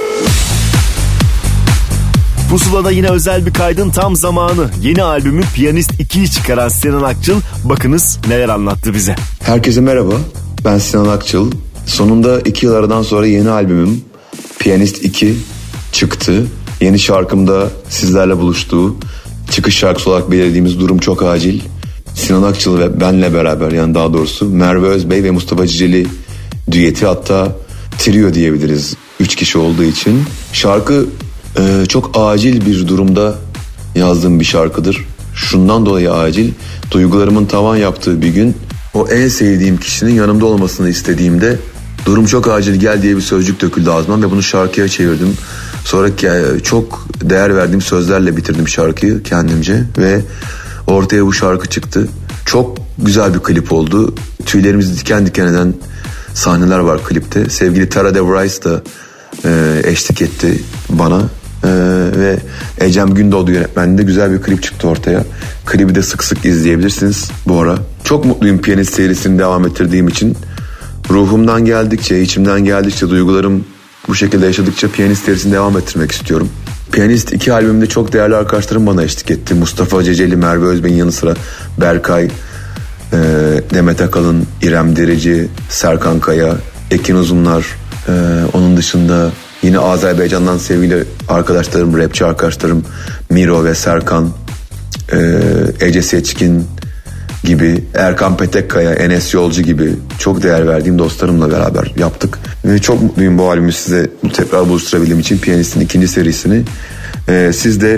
Speaker 3: Pusula'da yine özel bir kaydın tam zamanı. Yeni albümü Piyanist 2'yi çıkaran Sinan Akçıl bakınız neler anlattı bize.
Speaker 12: Herkese merhaba, ben Sinan Akçıl. Sonunda 2 yıl aradan sonra yeni albümüm Piyanist 2 çıktı. Yeni şarkımda sizlerle buluştuğu, çıkış şarkısı olarak belirlediğimiz Durum Çok Acil. Sinan Akçıl ve benle beraber, yani daha doğrusu Merve Özbey ve Mustafa Ciceli düeti, hatta trio diyebiliriz 3 kişi olduğu için. Şarkı çok acil bir durumda yazdığım bir şarkıdır. Şundan dolayı acil, duygularımın tavan yaptığı bir gün o en sevdiğim kişinin yanımda olmasını istediğimde durum çok acil gel diye bir sözcük döküldü ağzımdan ve bunu şarkıya çevirdim. Sonra çok değer verdiğim sözlerle bitirdim şarkıyı kendimce ve ortaya bu şarkı çıktı. Çok güzel bir klip oldu. Tüylerimizi diken diken eden sahneler var klipte. Sevgili Tara DeVries da eşlik etti bana. Ve Ecem Gündoğdu yönetmenliğinde güzel bir klip çıktı ortaya. Klibi de sık sık izleyebilirsiniz bu ara. Çok mutluyum Piyanist serisini devam ettirdiğim için. Ruhumdan geldikçe, içimden geldikçe, duygularım bu şekilde yaşadıkça Piyanist serisini devam ettirmek istiyorum. Piyanist 2 albümünde çok değerli arkadaşlarım bana eşlik etti. Mustafa Ceceli, Merve Özbey'in yanı sıra Berkay, Demet Akalın, İrem Derici, Serkan Kaya, Ekin Uzunlar. Onun dışında yine Azerbaycan'dan sevgili arkadaşlarım, rapçi arkadaşlarım Miro ve Serkan, Ece Seçkin gibi, Erkan Petekkaya, Enes Yolcu gibi çok değer verdiğim dostlarımla beraber yaptık. Ve çok mutluyum bu albümü size tekrar buluşturabildiğim için, Piyanist'in 2. serisini. Siz de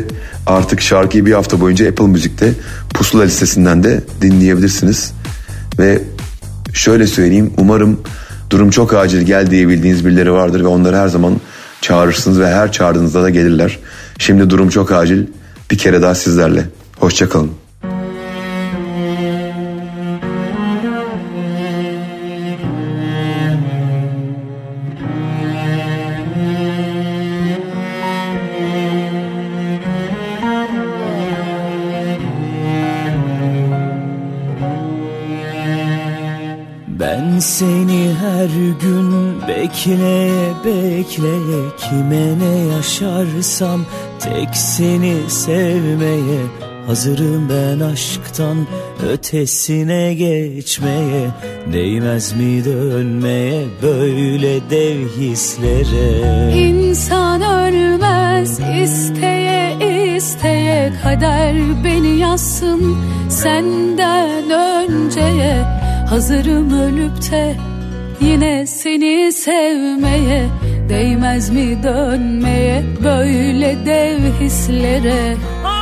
Speaker 12: Artık şarkıyı bir hafta boyunca Apple Müzik'te Pusula listesinden de dinleyebilirsiniz. Ve şöyle söyleyeyim, umarım durum çok acil gel diyebildiğiniz birileri vardır ve onları her zaman çağırırsınız ve her çağırdığınızda da gelirler. Şimdi durum çok acil, bir kere daha sizlerle. Hoşçakalın.
Speaker 8: Ben seni her gün bekleye bekleye, kime ne yaşarsam tek seni sevmeye hazırım ben aşktan ötesine geçmeye. Değmez mi dönmeye böyle dev hislere?
Speaker 11: İnsan ölmez isteye isteye, kader beni yazsın senden önceye. Hazırım ölüp de yine seni sevmeye. Değmez mi dönmeye böyle dev hislere?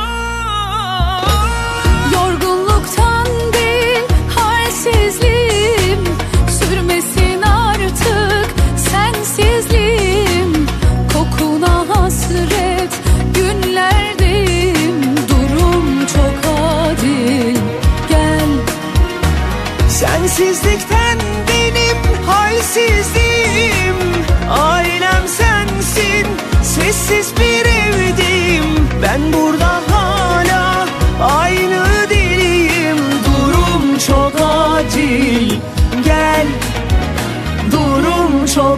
Speaker 11: Yorgunluktan değil halsizliğim, sürmesin artık sensizliğim. Kokuna hasret günlerdeyim, durum çok adil gel.
Speaker 8: Sensizlikten benim halsizliğim, ailem sensin, sessiz bir evdeyim. Ben burada hala aynı deliyim. Durum çok acil gel, durum çok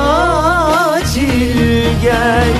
Speaker 8: acil gel.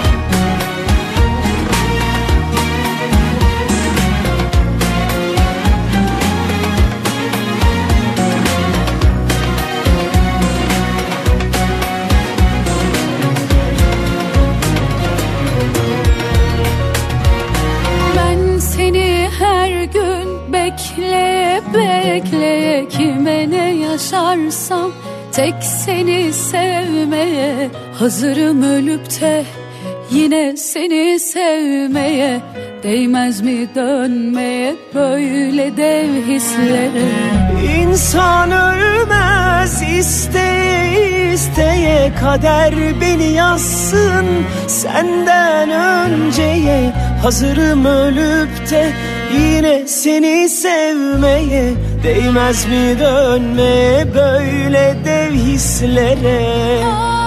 Speaker 11: Bekleye bekleye, kime ne yaşarsam tek seni sevmeye. Hazırım ölüp de yine seni sevmeye. Değmez mi dönmeye böyle dev hislere?
Speaker 8: İnsan ölmez isteye isteye, kader beni yazsın senden önceye. Hazırım ölüp de yine seni sevmeye. Değmez mi dönmeye böyle dev hislere?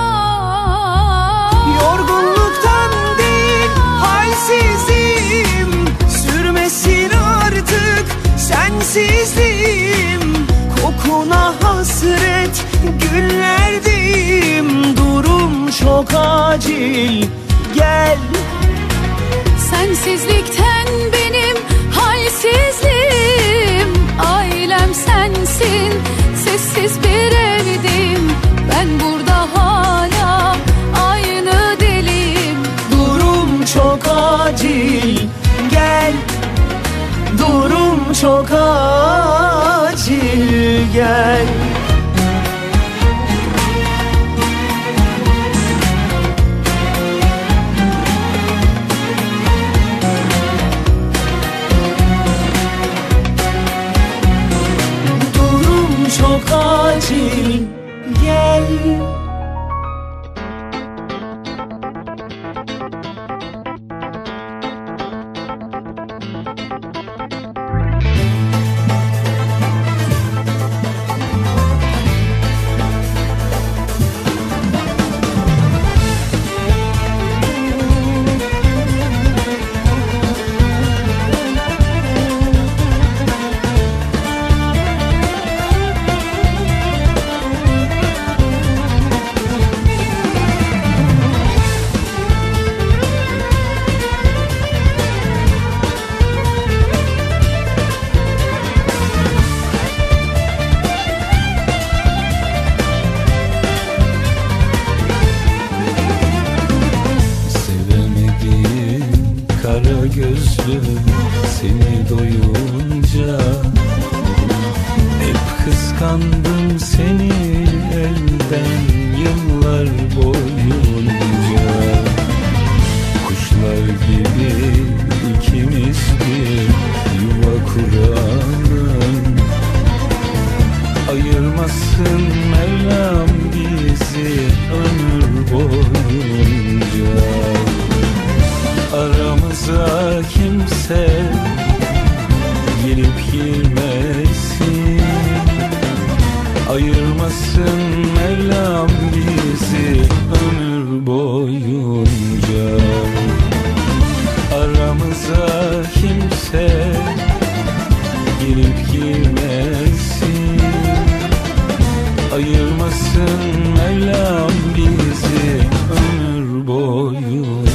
Speaker 8: Yorgunluktan değil halsizliğim, sürmesin artık sensizliğim. Kokuna hasret günlerdeyim. Durum çok acil gel.
Speaker 11: Sensizlikten benim halsizliğim, ailem sensin, sessiz bir evdeyim. Ben burada hala aynı deliyim.
Speaker 8: Durum çok acil gel, durum çok acil gel. Çok acil gel.
Speaker 2: gözlüm seni doyunca. Hep kıskandım seni elden yıllar boyunca. Kuşlar gibi ayırmasın Mevlam bizi ömür boyunca.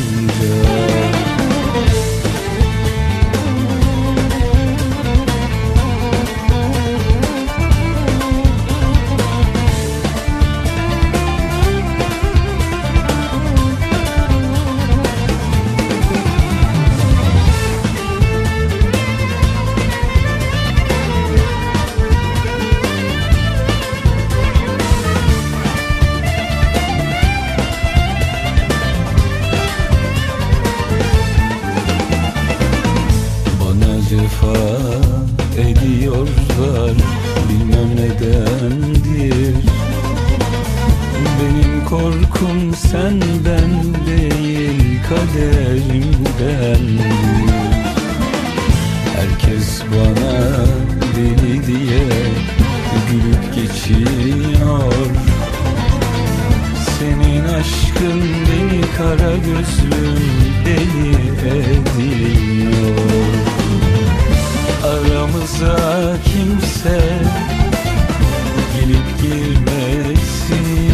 Speaker 2: Ediyorlar bilmem nedendir. Benim korkum senden değil kaderimdendir. Herkes bana deli diye gülüp geçiyor. Senin aşkın beni kara gözlüm deli ediyor. Aramıza kimse gelip girmesin,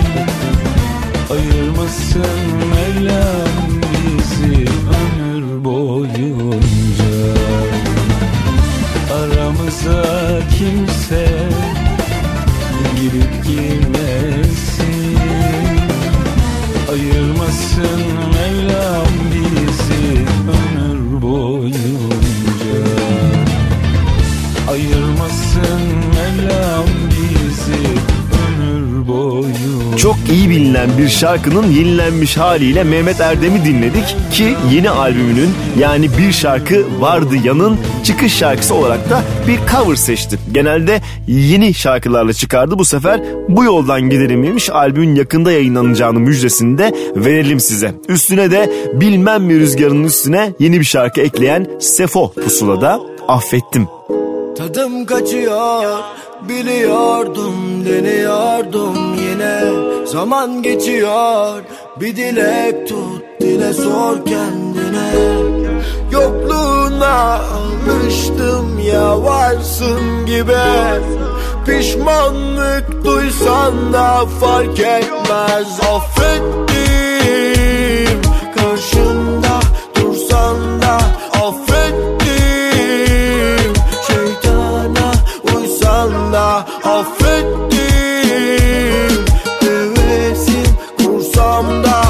Speaker 2: ayırmasın Mevlam bizi ömür boyunca. Aramıza kimse gelip girmesin, ayırmasın Mevlam bizi ömür boyunca. Ayırmasın Mevlam bizi ömür boyu.
Speaker 3: Çok iyi bilinen bir şarkının yenilenmiş haliyle Mehmet Erdem'i dinledik ki yeni albümünün yani Bir Şarkı Vardı Yan'ın çıkış şarkısı olarak da bir cover seçti. Genelde yeni şarkılarla çıkardı, bu sefer bu yoldan gidelimiymiş. Albümün yakında yayınlanacağını müjdesini de verelim size. Üstüne de Bilmem Mi Rüzgarı'nın üstüne yeni bir şarkı ekleyen Sefo Pusula'da Affettim.
Speaker 13: Tadım kaçıyor, biliyordum, deniyordum yine. Zaman geçiyor, bir dilek tut, dile sor kendine. Yokluğuna alıştım ya, varsın gibi. Pişmanlık duysan da fark etmez. Affettim, karşımda dursan da affettim. Affettim, hevesim kursam da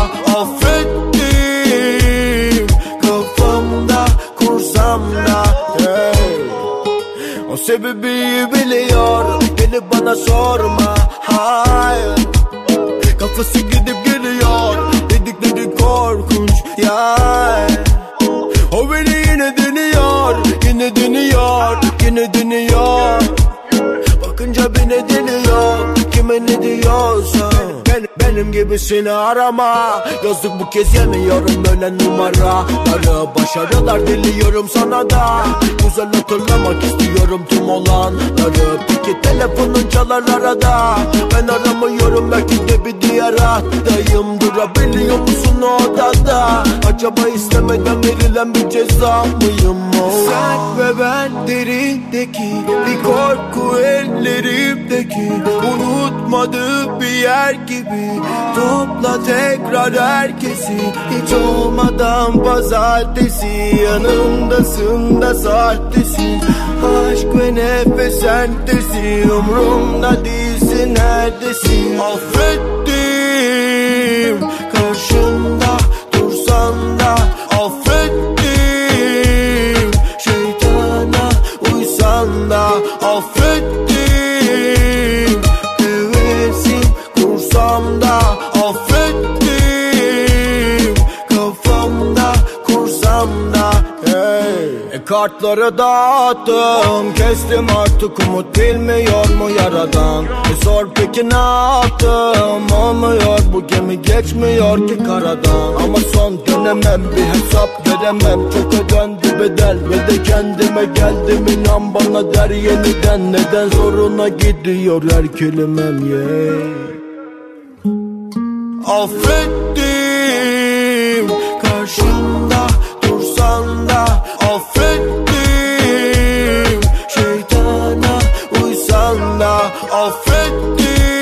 Speaker 13: affettim, kafamda kursam da hey. O sebebi biliyor, gelip bana sorma, hayır. Kafası gidip geliyor, dedikleri korkunç ya. O beni yine deniyor, yine deniyor, yine deniyor. Bakınca beni deniyor, kime ne diyorsa. Benim gibisini arama, yazdık bu kez yemiyorum öyle numaraları. Başarılar diliyorum sana da, güzel hatırlamak istiyorum tüm olanları. Peki telefonun çalar arada, ben aramıyorum, belki de bir diğer hattayım. Durabiliyor musun odada, acaba istemeden verilen bir ceza mıyım o? Sen ve ben derindeki bir korku, ellerimdeki unutmadığı bir yer gibi. Topla tekrar herkesi, hiç olmadan pazartesi. Yanımdasın da sahtesin, aşk ve nefes sentesi. Umrumda değilsin, neredesin? Affettim, karşımda dursan da affettim. Şeytana uysan da affettim. Hevesim kursam da affettim, kafamda kursam da hey. Kartları dağıttım, kestim artık, umut bilmiyor mu yaradan? Sor peki ne yaptım, olmuyor bu gemi, geçmiyor ki karadan. Ama son dönemem, bir hesap veremem, çok ödendi bedel ve de kendime geldim. İnan bana der yeniden, neden zoruna gidiyor her kelimem yeah. Affettim, karşımda dursan da affettim. Şeytana uysan da affettim.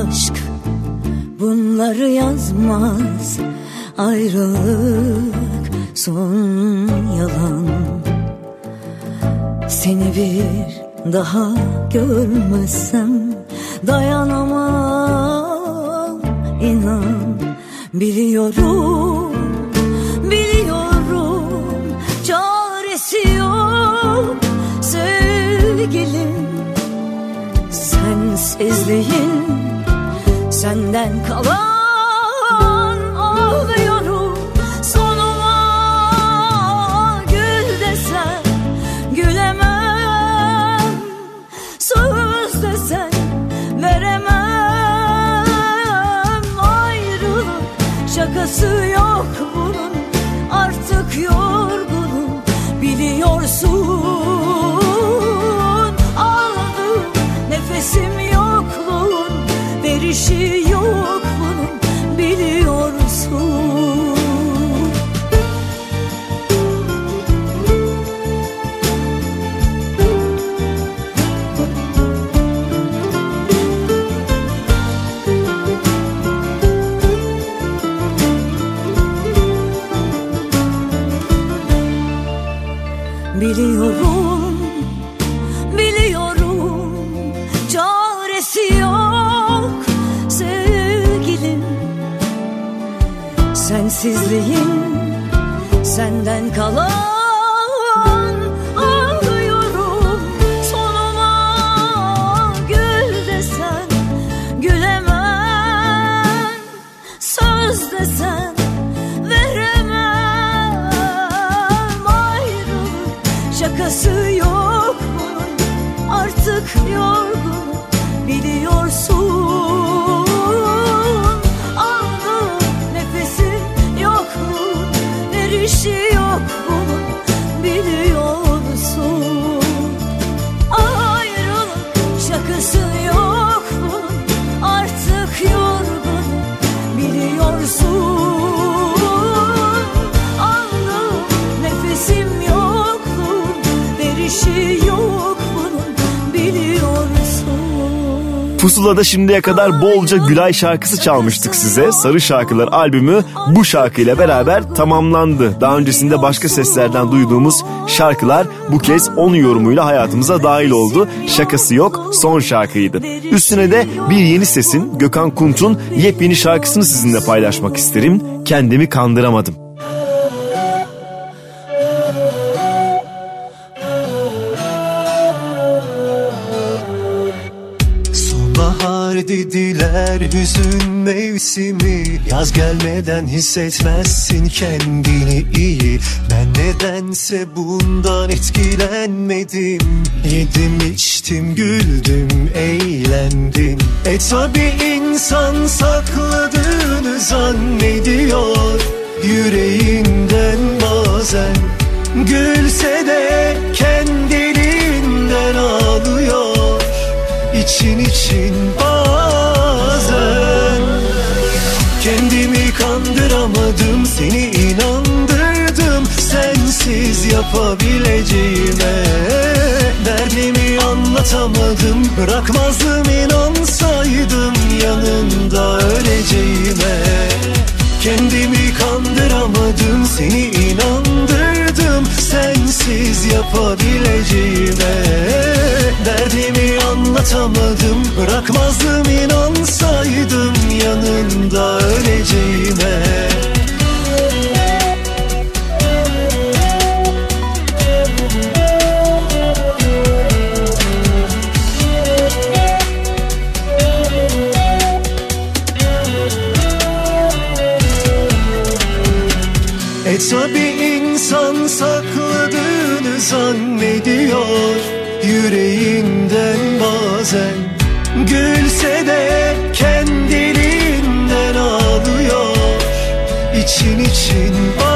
Speaker 14: aşk bunları yazmaz. Ayrılık son yalan. Seni bir daha görmezsem dayanamam, inan. Biliyorum, biliyorum, çaresi yok sevgilim. Sensizliğin senden kalan, ağlıyorum sonuma. Gül desen gülemem, söz desen veremem. Ayrılık şakası yok bunun, artık yorgunum biliyorsun. Aldım nefesim yokluğun, verişi yok bunun biliyorsun. Biliyorum, biliyorum, çaresi yok sevgilim. Sensizliğin senden kalan, ağlıyorum sonuma. Gül desen gülemem, söz desen veremem. Ayrılık şakası yok bunun, artık yorgunum biliyorsun. Aldım nefesim yokluğun, verişi yok bunun biliyorsun. Ayrılık şakası yok bunun, artık yorgunum biliyorsun. Aldım nefesim yokluğun, verişi yok bunun biliyorsun.
Speaker 3: Pusula'da şimdiye kadar bolca Gülay şarkısı çalmıştık size. Sarı Şarkılar albümü bu şarkıyla beraber tamamlandı. Daha öncesinde başka seslerden duyduğumuz şarkılar bu kez onun yorumuyla hayatımıza dahil oldu. Şakası yok son şarkıydı. Üstüne de bir yeni sesin, Gökhan Kunt'un yepyeni şarkısını sizinle paylaşmak isterim. Kendimi kandıramadım.
Speaker 15: Dediler hüzün mevsimi, yaz gelmeden hissetmezsin kendini iyi. Ben nedense bundan etkilenmedim. Yedim içtim güldüm eğlendim. Tabi insan sakladığını zannediyor yüreğinden bazen. Gülse de kendiliğinden ağlıyor İçin için bazen. Kendimi kandıramadım, seni inandırdım sensiz yapabileceğime. Derdimi anlatamadım, bırakmazdım inansaydım yanında öleceğime. Kendimi kandıramadım, seni inandırdım sensiz yapabileceğime. Derdimi anlatamadım, bırakmazdım inansaydım yanında öleceğime. Tabi insan sakladığını zannediyor yüreğinden bazen. Gülse de kendiliğinden ağlıyor için için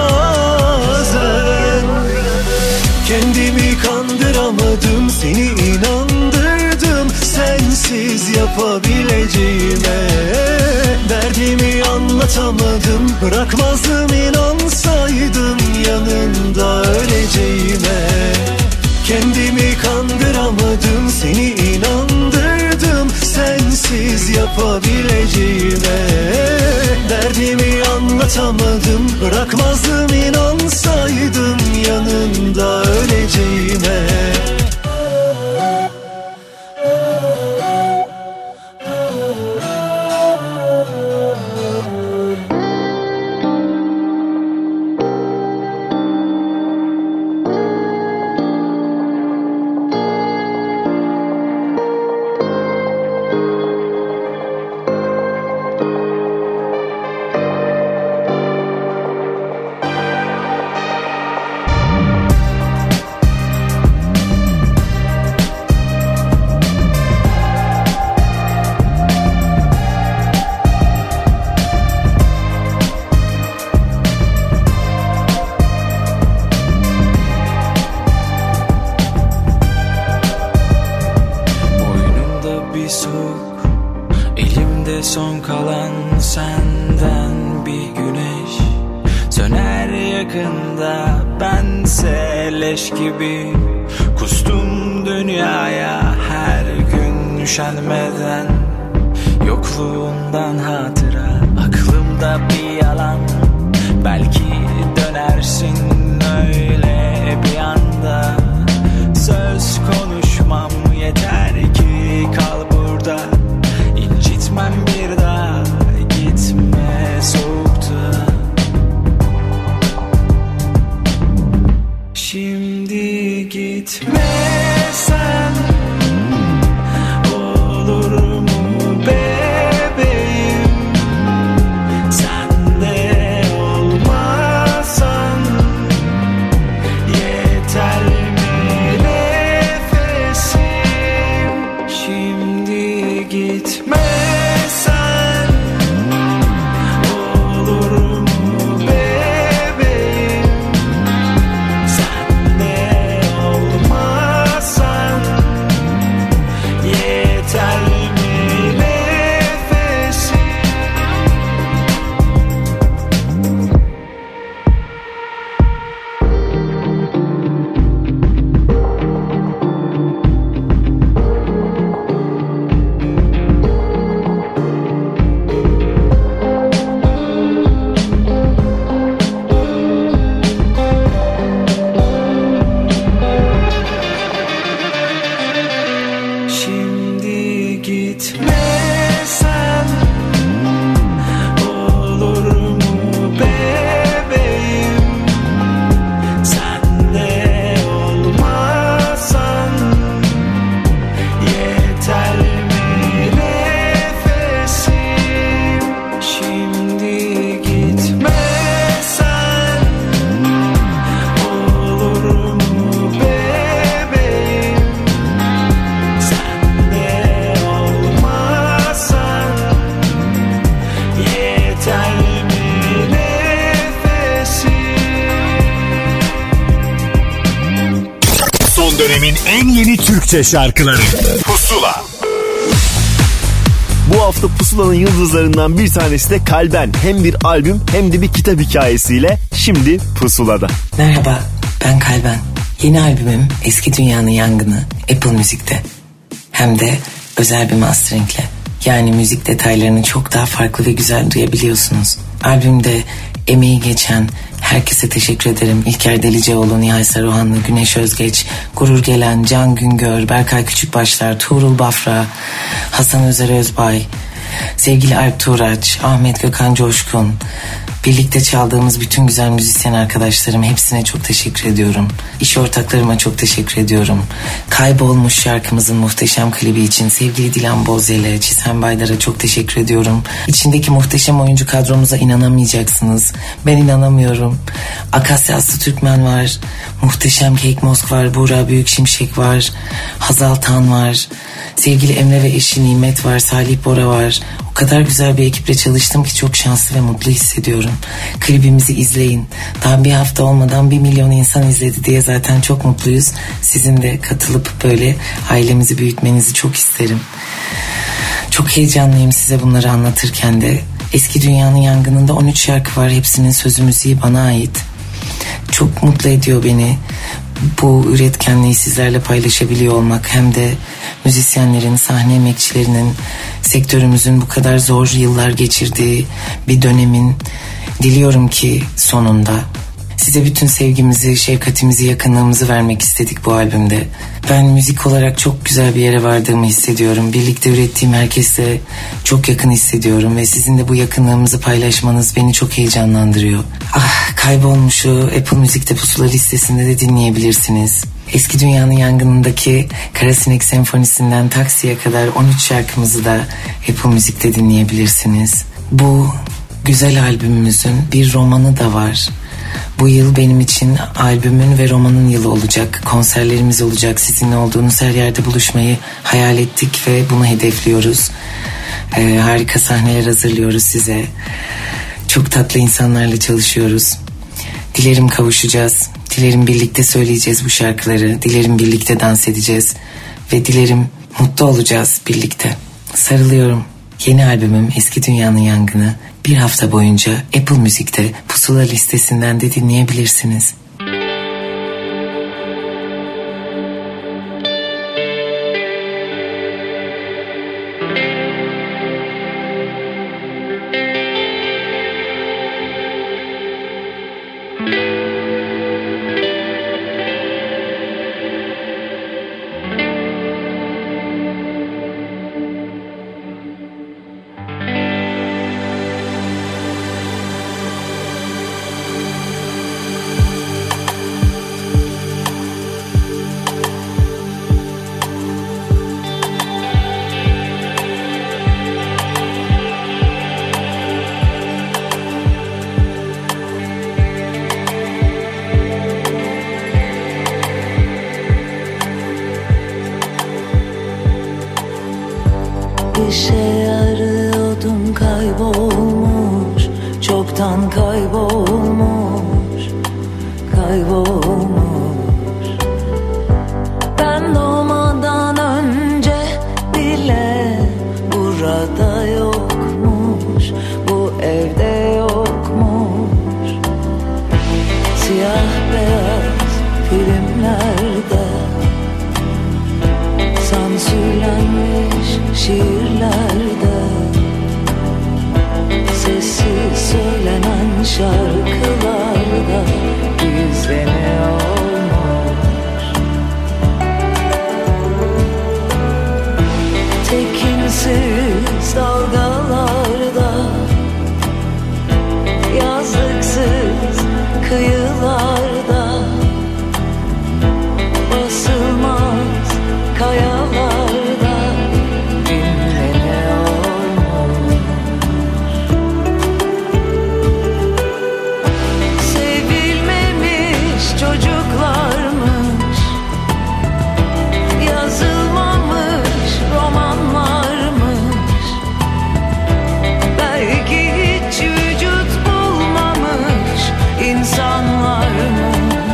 Speaker 15: bazen. Kendimi kandıramadım, seni inandırdım sensiz yapabileceğime. Derdimi anlatamadım, bırakmazdım inansaydım yanında öleceğime. Kendimi kandıramadım, seni inandırdım sensiz yapabileceğime.
Speaker 8: anda bense leş gibi kustum dünyaya her gün üşenmeden. Yokluğundan hatıra aklımda bir yalan, belki dönersin öyle bir anda. Söz konuşmam yeter ki kal burada, incitmem bir daha, gitme soğukta. Şimdi gitme sen, olur mu bebeğim? Sen de olmasan yeter mi nefesim? Şimdi gitme sen, olur mu bebeğim? Sen de olmasan yeter mi nefesim? Şimdi gitme sen, olur mu bebeğim? Sen de olmasan yeter mi nefesim? Şimdi gitme sen, olur mu bebeğim? Sen de olmasan yeter mi nefesim?
Speaker 1: Son dönemin en yeni Türkçe şarkıları Pusula.
Speaker 3: Bu hafta Pusula'nın yıldızlarından bir tanesi de Kalben. Hem bir albüm hem de bir kitap hikayesiyle şimdi Pusula'da.
Speaker 16: Merhaba, ben Kalben. Yeni albümüm Eski Dünyanın Yangını Apple Müzik'te. Hem de özel bir masteringle. Yani müzik detaylarını çok daha farklı ve güzel duyabiliyorsunuz. Albümde emeği geçen herkese teşekkür ederim. İlker Deliceoğlu, Nihal Saruhanlı, Güneş Özgeç, Gurur Gelen, Can Güngör, Berkay Küçükbaşlar, Tuğrul Bafra, Hasan Özer Özbay, sevgili Alp Tuğraç, Ahmet Gökhan Coşkun, birlikte çaldığımız bütün güzel müzisyen arkadaşlarım, hepsine çok teşekkür ediyorum. İş ortaklarıma çok teşekkür ediyorum. Kaybolmuş şarkımızın muhteşem klibi için sevgili Dilan Bozyel'e, Çisem Baydar'a çok teşekkür ediyorum. İçindeki muhteşem oyuncu kadromuza inanamayacaksınız. Ben inanamıyorum. Akasya Aslı Türkmen var, muhteşem Cake Mosk var, Buğra Büyük Şimşek var, Hazal Tan var, sevgili Emre ve eşi Nimet var, Salih Bora var. O kadar güzel bir ekiple çalıştım ki çok şanslı ve mutlu hissediyorum. Klibimizi izleyin. Daha bir hafta olmadan 1 milyon insan izledi diye zaten çok mutluyuz. Sizin de katılıp böyle ailemizi büyütmenizi çok isterim. Çok heyecanlıyım size bunları anlatırken de. Eski Dünyanın Yangını'nda 13 şarkı var. Hepsinin sözü müziği bana ait. Çok mutlu ediyor beni bu üretkenliği sizlerle paylaşabiliyor olmak, hem de müzisyenlerin, sahne emekçilerinin, sektörümüzün bu kadar zor yıllar geçirdiği bir dönemin, diliyorum ki sonunda size bütün sevgimizi, şefkatimizi, yakınlığımızı vermek istedik bu albümde. Ben müzik olarak çok güzel bir yere vardığımı hissediyorum. Birlikte ürettiğim herkesle çok yakın hissediyorum ve sizin de bu yakınlığımızı paylaşmanız beni çok heyecanlandırıyor. Kaybolmuş'u Apple Müzik'te Pusula listesinde de dinleyebilirsiniz. Eski Dünyanın Yangını'ndaki Karasinek Senfonisi'nden Taksi'ye kadar 13 şarkımızı da Apple Müzik'te dinleyebilirsiniz. Bu güzel albümümüzün bir romanı da var. Bu yıl benim için albümün ve romanın yılı olacak. Konserlerimiz olacak. Sizinle olduğunuz her yerde buluşmayı hayal ettik ve bunu hedefliyoruz. Harika sahneler hazırlıyoruz size. Çok tatlı insanlarla çalışıyoruz. Dilerim kavuşacağız. Dilerim birlikte söyleyeceğiz bu şarkıları. Dilerim birlikte dans edeceğiz. Ve dilerim mutlu olacağız birlikte. Sarılıyorum. Yeni albümüm Eski Dünyanın Yangını bir hafta boyunca Apple Müzik'te Pusula listesinden de dinleyebilirsiniz.
Speaker 14: Bir şey arıyordum, kaybolmuş, çoktan kaybolmuş, kaybolmuş. Ben doğmadan önce bile burada yokmuş, bu evde yokmuş. Siyah beyaz filmlerde sansürlenmiş şiirlerde, sessiz söylenen şarkılarda gizleniyormuş. Tekinsiz dalgalarda, yazlıksız kıyılarda, basılmaz kayalarda dinleniyormuş. Sevilmemiş çocuklarmış, yazılmamış romanlarmış, belki hiç vücut bulmamış insanlarmış.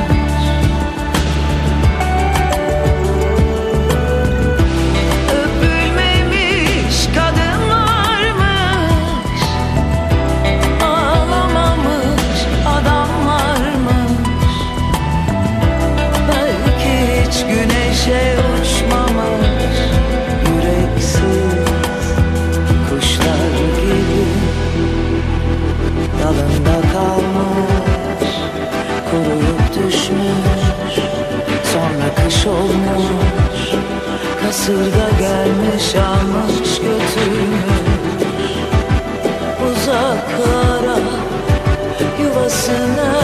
Speaker 14: Uçmamış yüreksiz kuşlar gibi, dalında kalmış, kuruyup düşmüş, sonra kış olmuş, kasırga gelmiş, almış götürmüş uzaklara yuvasına.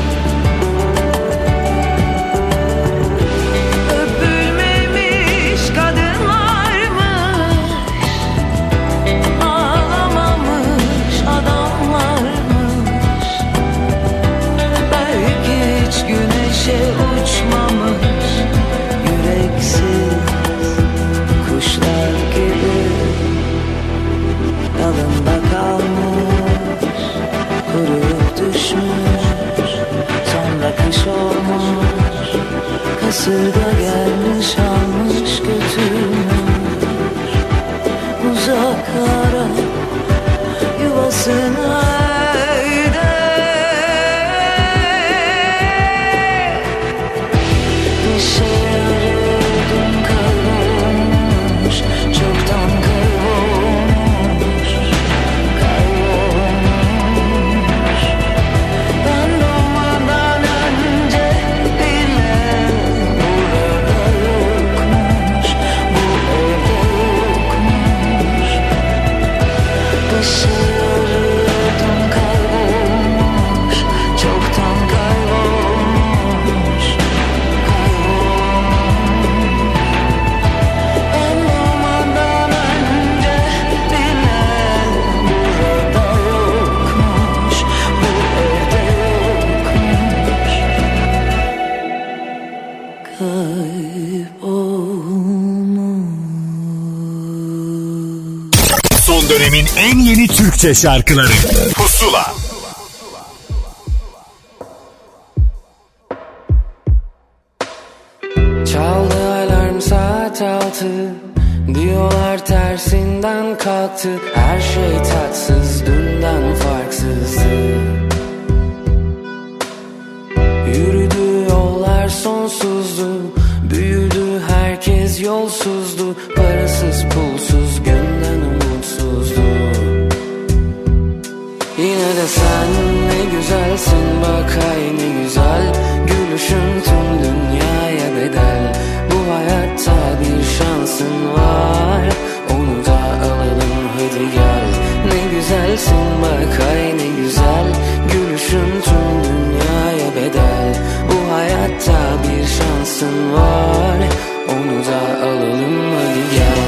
Speaker 14: Öpülmemiş
Speaker 1: Son dönemin en yeni Türkçe şarkıları Pusula.
Speaker 10: Çaldı alarm saat 6. Diyorlar tersinden kalktı. Her şey tatsız, dünden farksızdı. Yürüdü yollar sonsuzdu. Büyüdü herkes yolsuzdu. Parasız pulsuz günden umutsuzdu. Yine de sen ne güzelsin bak ay ne güzel. Gülüşün tüm dünyaya bedel. Bu hayatta bir şansın var. Onu da alalım hadi gel. Ne güzelsin bak ay ne güzel. Gülüşün tüm dünyaya bedel. Bu hayatta bir şansın var. Onu da alalım hadi gel.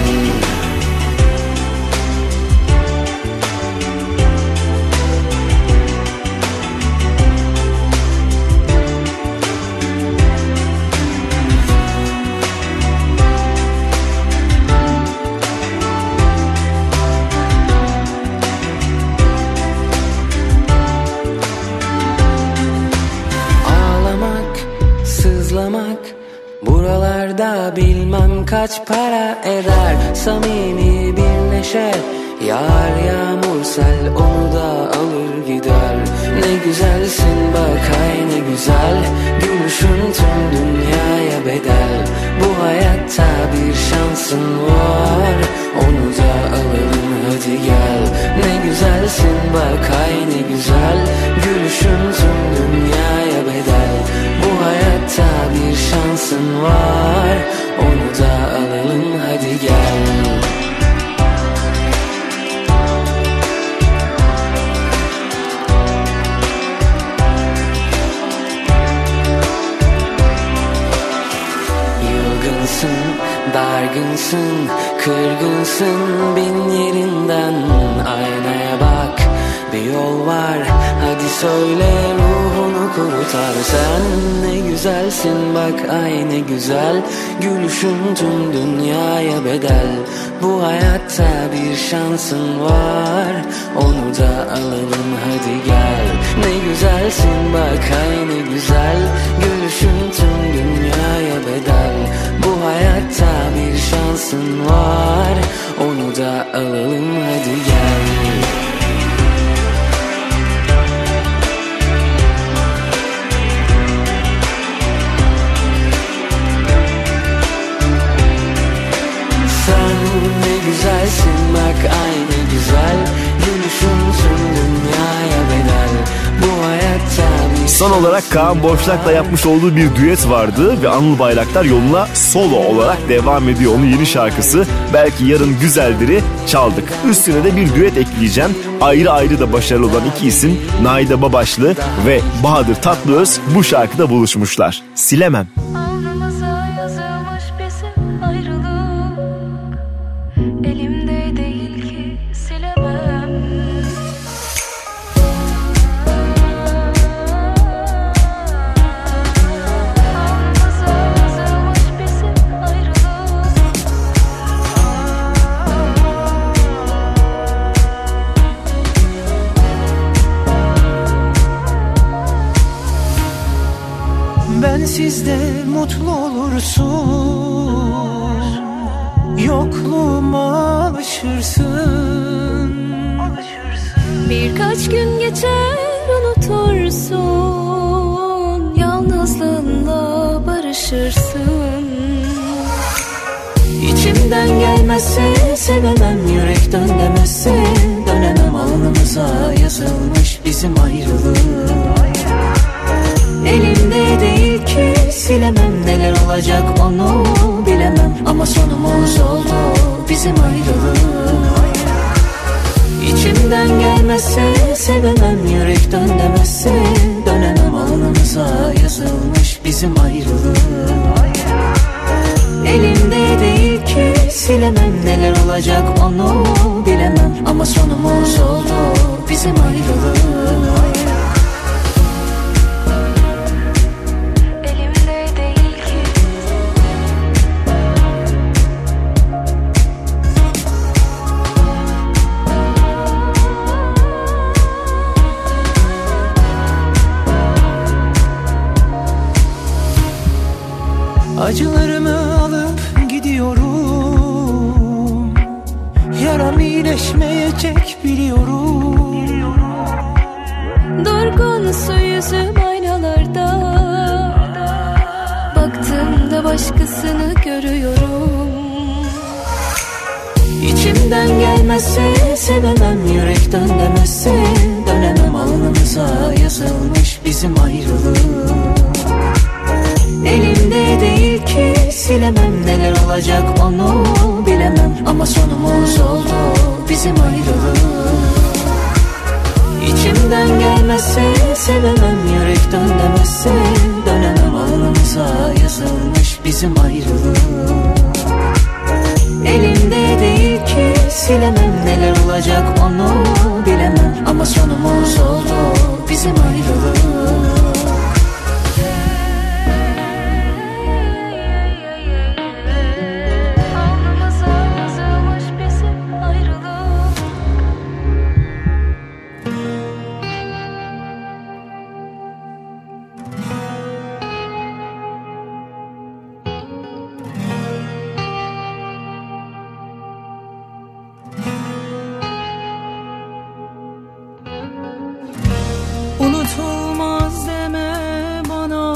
Speaker 10: Buralarda bilmem kaç para eder. Samimi bir neşe, yağar yağmur sel, onu da alır gider. Ne güzelsin bak ay ne güzel. Gülüşün tüm dünyaya bedel. Bu hayatta bir şansın var. Onu da alalım hadi gel. Ne güzelsin bak ay ne güzel. Gülüşün tüm dünyaya bedel. Bu hayatta bir şansın var. Onu da alalım hadi gel. Yılgınsın, dargınsın, kırgınsın, bin yerinden aynaya bak. Bir yol var hadi söyle, ruhunu kurutar. Sen ne güzelsin bak ay ne güzel. Gülüşün tüm dünyaya bedel. Bu hayatta bir şansın var. Onu da alalım hadi gel. Ne güzelsin bak ay ne güzel. Gülüşün tüm dünyaya bedel. Bu hayatta bir şansın var. Onu da alalım hadi gel. Ne güzelsin bak ay ne güzel. Gülüşün tüm dünyaya bedel. Bu hayatta bir...
Speaker 3: Son olarak Kaan Boşlak'la yapmış olduğu bir düet vardı ve Anıl Bayraktar yoluna solo olarak devam ediyor. Onun yeni şarkısı Belki Yarın Güzeldir'i çaldık. Üstüne de bir düet ekleyeceğim. Ayrı ayrı da başarılı olan iki isim Naide Babaşlı ve Bahadır Tatlıöz bu şarkıda buluşmuşlar. Silemem.
Speaker 15: Sizde mutlu olursun, yokluğuma alışırsın.
Speaker 11: Birkaç gün geçer unutursun, yalnızlığınla barışırsın.
Speaker 15: İçimden gelmezse sevemem, yürekten demezse dönemem. Alnımıza yazılmış bizim ayrılık. Elimde değil ki silemem, neler olacak onu bilemem. Ama sonumuz oldu bizim ayrılık. İçimden gelmezse sevemem, yürekten demezse dönemem. Alnımıza yazılmış bizim ayrılık. Elimde değil ki silemem, neler olacak onu bilemem. Ama sonumuz oldu bizim ayrılık. geçecek biliyorum.
Speaker 11: Durgun su yüzüm aynalarda, baktığımda başkasını görüyorum.
Speaker 15: İçimden gelmezse sevemem, yürekten demezse dönemem. Alnımıza yazılmış bizim ayrılık. Elimde değil ki silemem, neler olacak onu bilemem. Ama sonumuz oldu bizim ayrılık. İçimden gelmezse sevemem, yürekten demezse dönemem. Alnımıza yazılmış bizim ayrılık. Elimde değil ki silemem, neler olacak onu bilemem. Ama sonumuz oldu bizim ayrılık.
Speaker 11: Unutulmaz deme bana,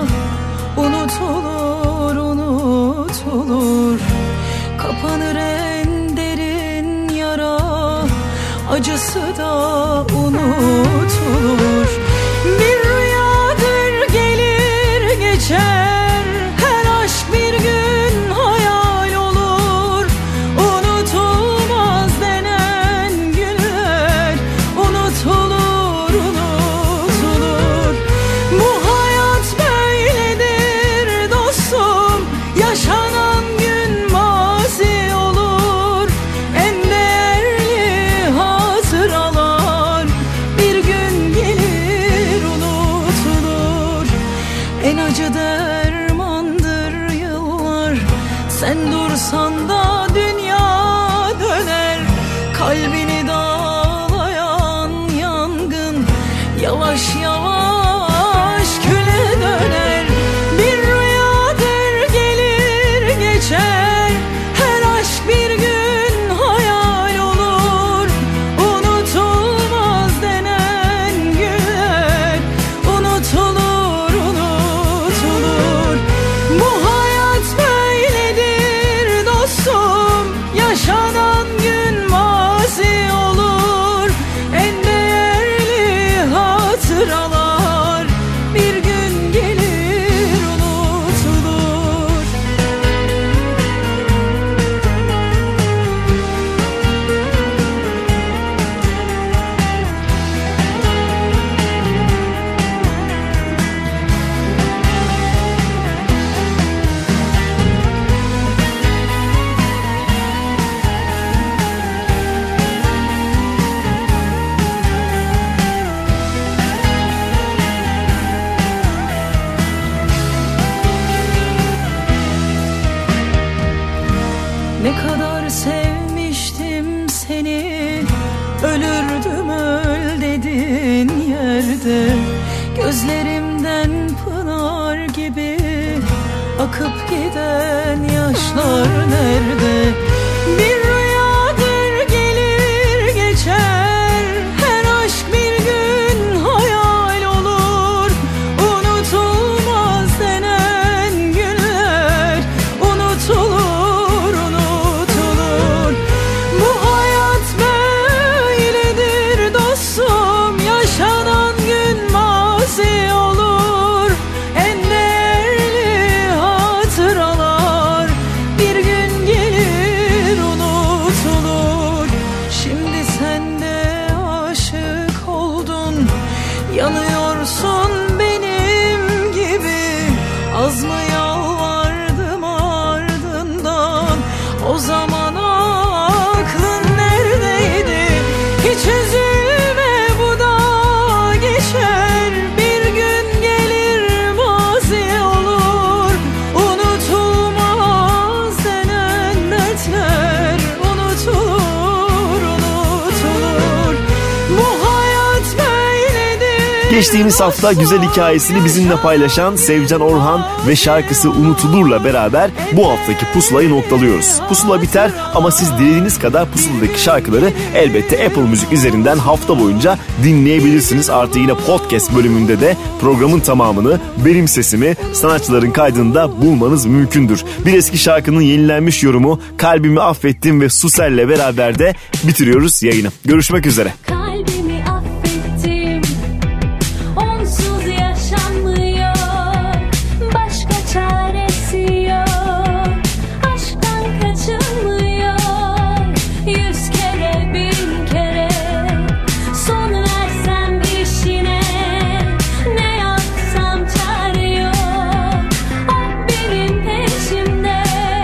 Speaker 11: unutulur, unutulur. Kapanır en derin yara, acısı da unutulur. Bir rüyadır gelir geçer, her aşk bir gün hayal olur. Unutulmaz denen günler unutulur. Yaşanan gün mazi olur. En değerli hatıralar bir gün gelir unutulur. En acı dermandır yıllar. Sen dursan da dünya döner. Kalbini dağlayan yangın yavaş yavaş küle döner. Her aşk bir gün hayal olur. Unutulmaz denen günler unutulur, unutulur. Bu hayat böyledir dostum. Yaşanan gün mazi olur. En değerli hatıralar bir gün gelir unutulur. Ne kadar sevmiştim seni, ölürdüm öl dedin yerde. Gözlerimden pınar gibi akıp giden yaşlar nerede? Bir rüyadır gelir geçer, her aşk bir gün hayal olur. Unutulmaz denen günler unutulur. Yaşanan gün mazi olur. En değerli hatıralar bir gün
Speaker 3: Geçtiğimiz hafta güzel hikayesini bizimle paylaşan Sevcan Orhan ve şarkısı Unutulur'la beraber bu haftaki pusulayı noktalıyoruz. Pusula biter ama siz dilediğiniz kadar pusuladaki şarkıları elbette Apple Müzik üzerinden hafta boyunca dinleyebilirsiniz. Artı yine podcast bölümünde de programın tamamını, benim sesimi, sanatçıların kaydında bulmanız mümkündür. Bir eski şarkının yenilenmiş yorumu Kalbimi Affettim ve Susel'le beraber de bitiriyoruz yayını. Görüşmek üzere.
Speaker 4: Kalbimi affettim, onsuz yaşanmıyor, başka çaresi yok, aşktan kaçılmıyor, 100 kere 1000 kere, son versem işine, ne yapsam çare yok, o benim peşimde.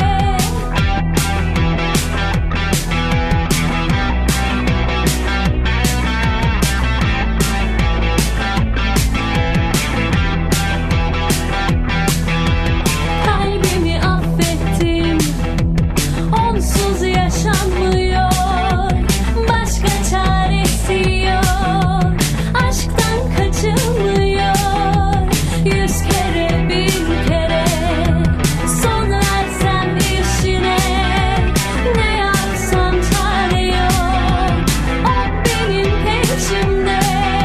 Speaker 4: Kalbimi affettim, onsuz yaşanmıyor, başka çaresi yok, aşktan kaçılmıyor, 100 kere 1000 kere, son versem işine, ne yapsam çare yok, o benim peşimde.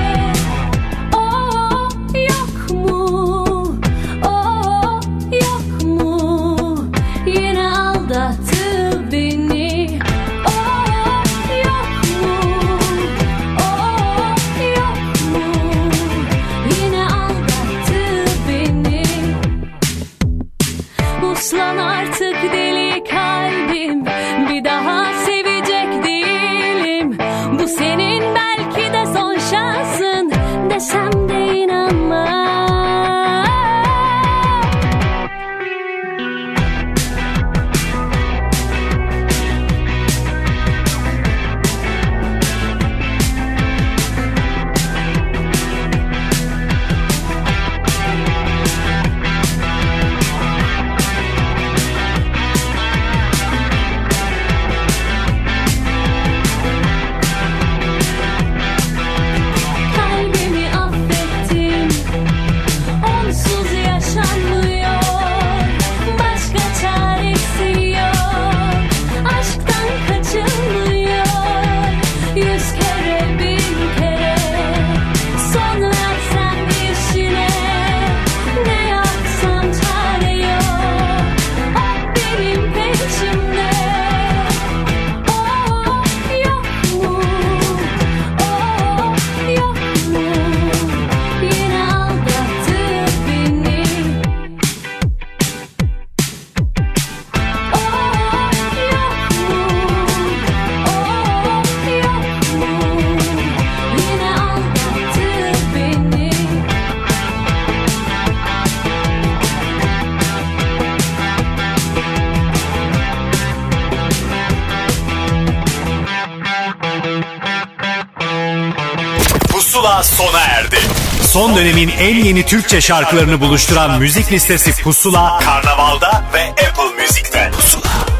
Speaker 4: O yok mu, o yok mu, yine aldattı beni. O yok mu, o yok mu, yine aldattı beni. Uslan artık deli kalbim, bir daha sevecek değilim. Bu senin belki de son şansın, desem de inanma. Kalbimi affettim, onsuz yaşanmıyor, başka çaresi yok, aşktan kaçılmıyor, 100 kere 1000 kere, son versem işine, ne yapsam çare yok, o benim peşimde. O yok mu, o yok mu, yine aldattı beni. O yok mu, o yok mu, yine aldattı beni.
Speaker 1: Pusula sona erdi. Son dönemin en yeni Türkçe şarkılarını buluşturan müzik listesi Pusula, Karnaval'da ve Apple Müzik'te. Pusula.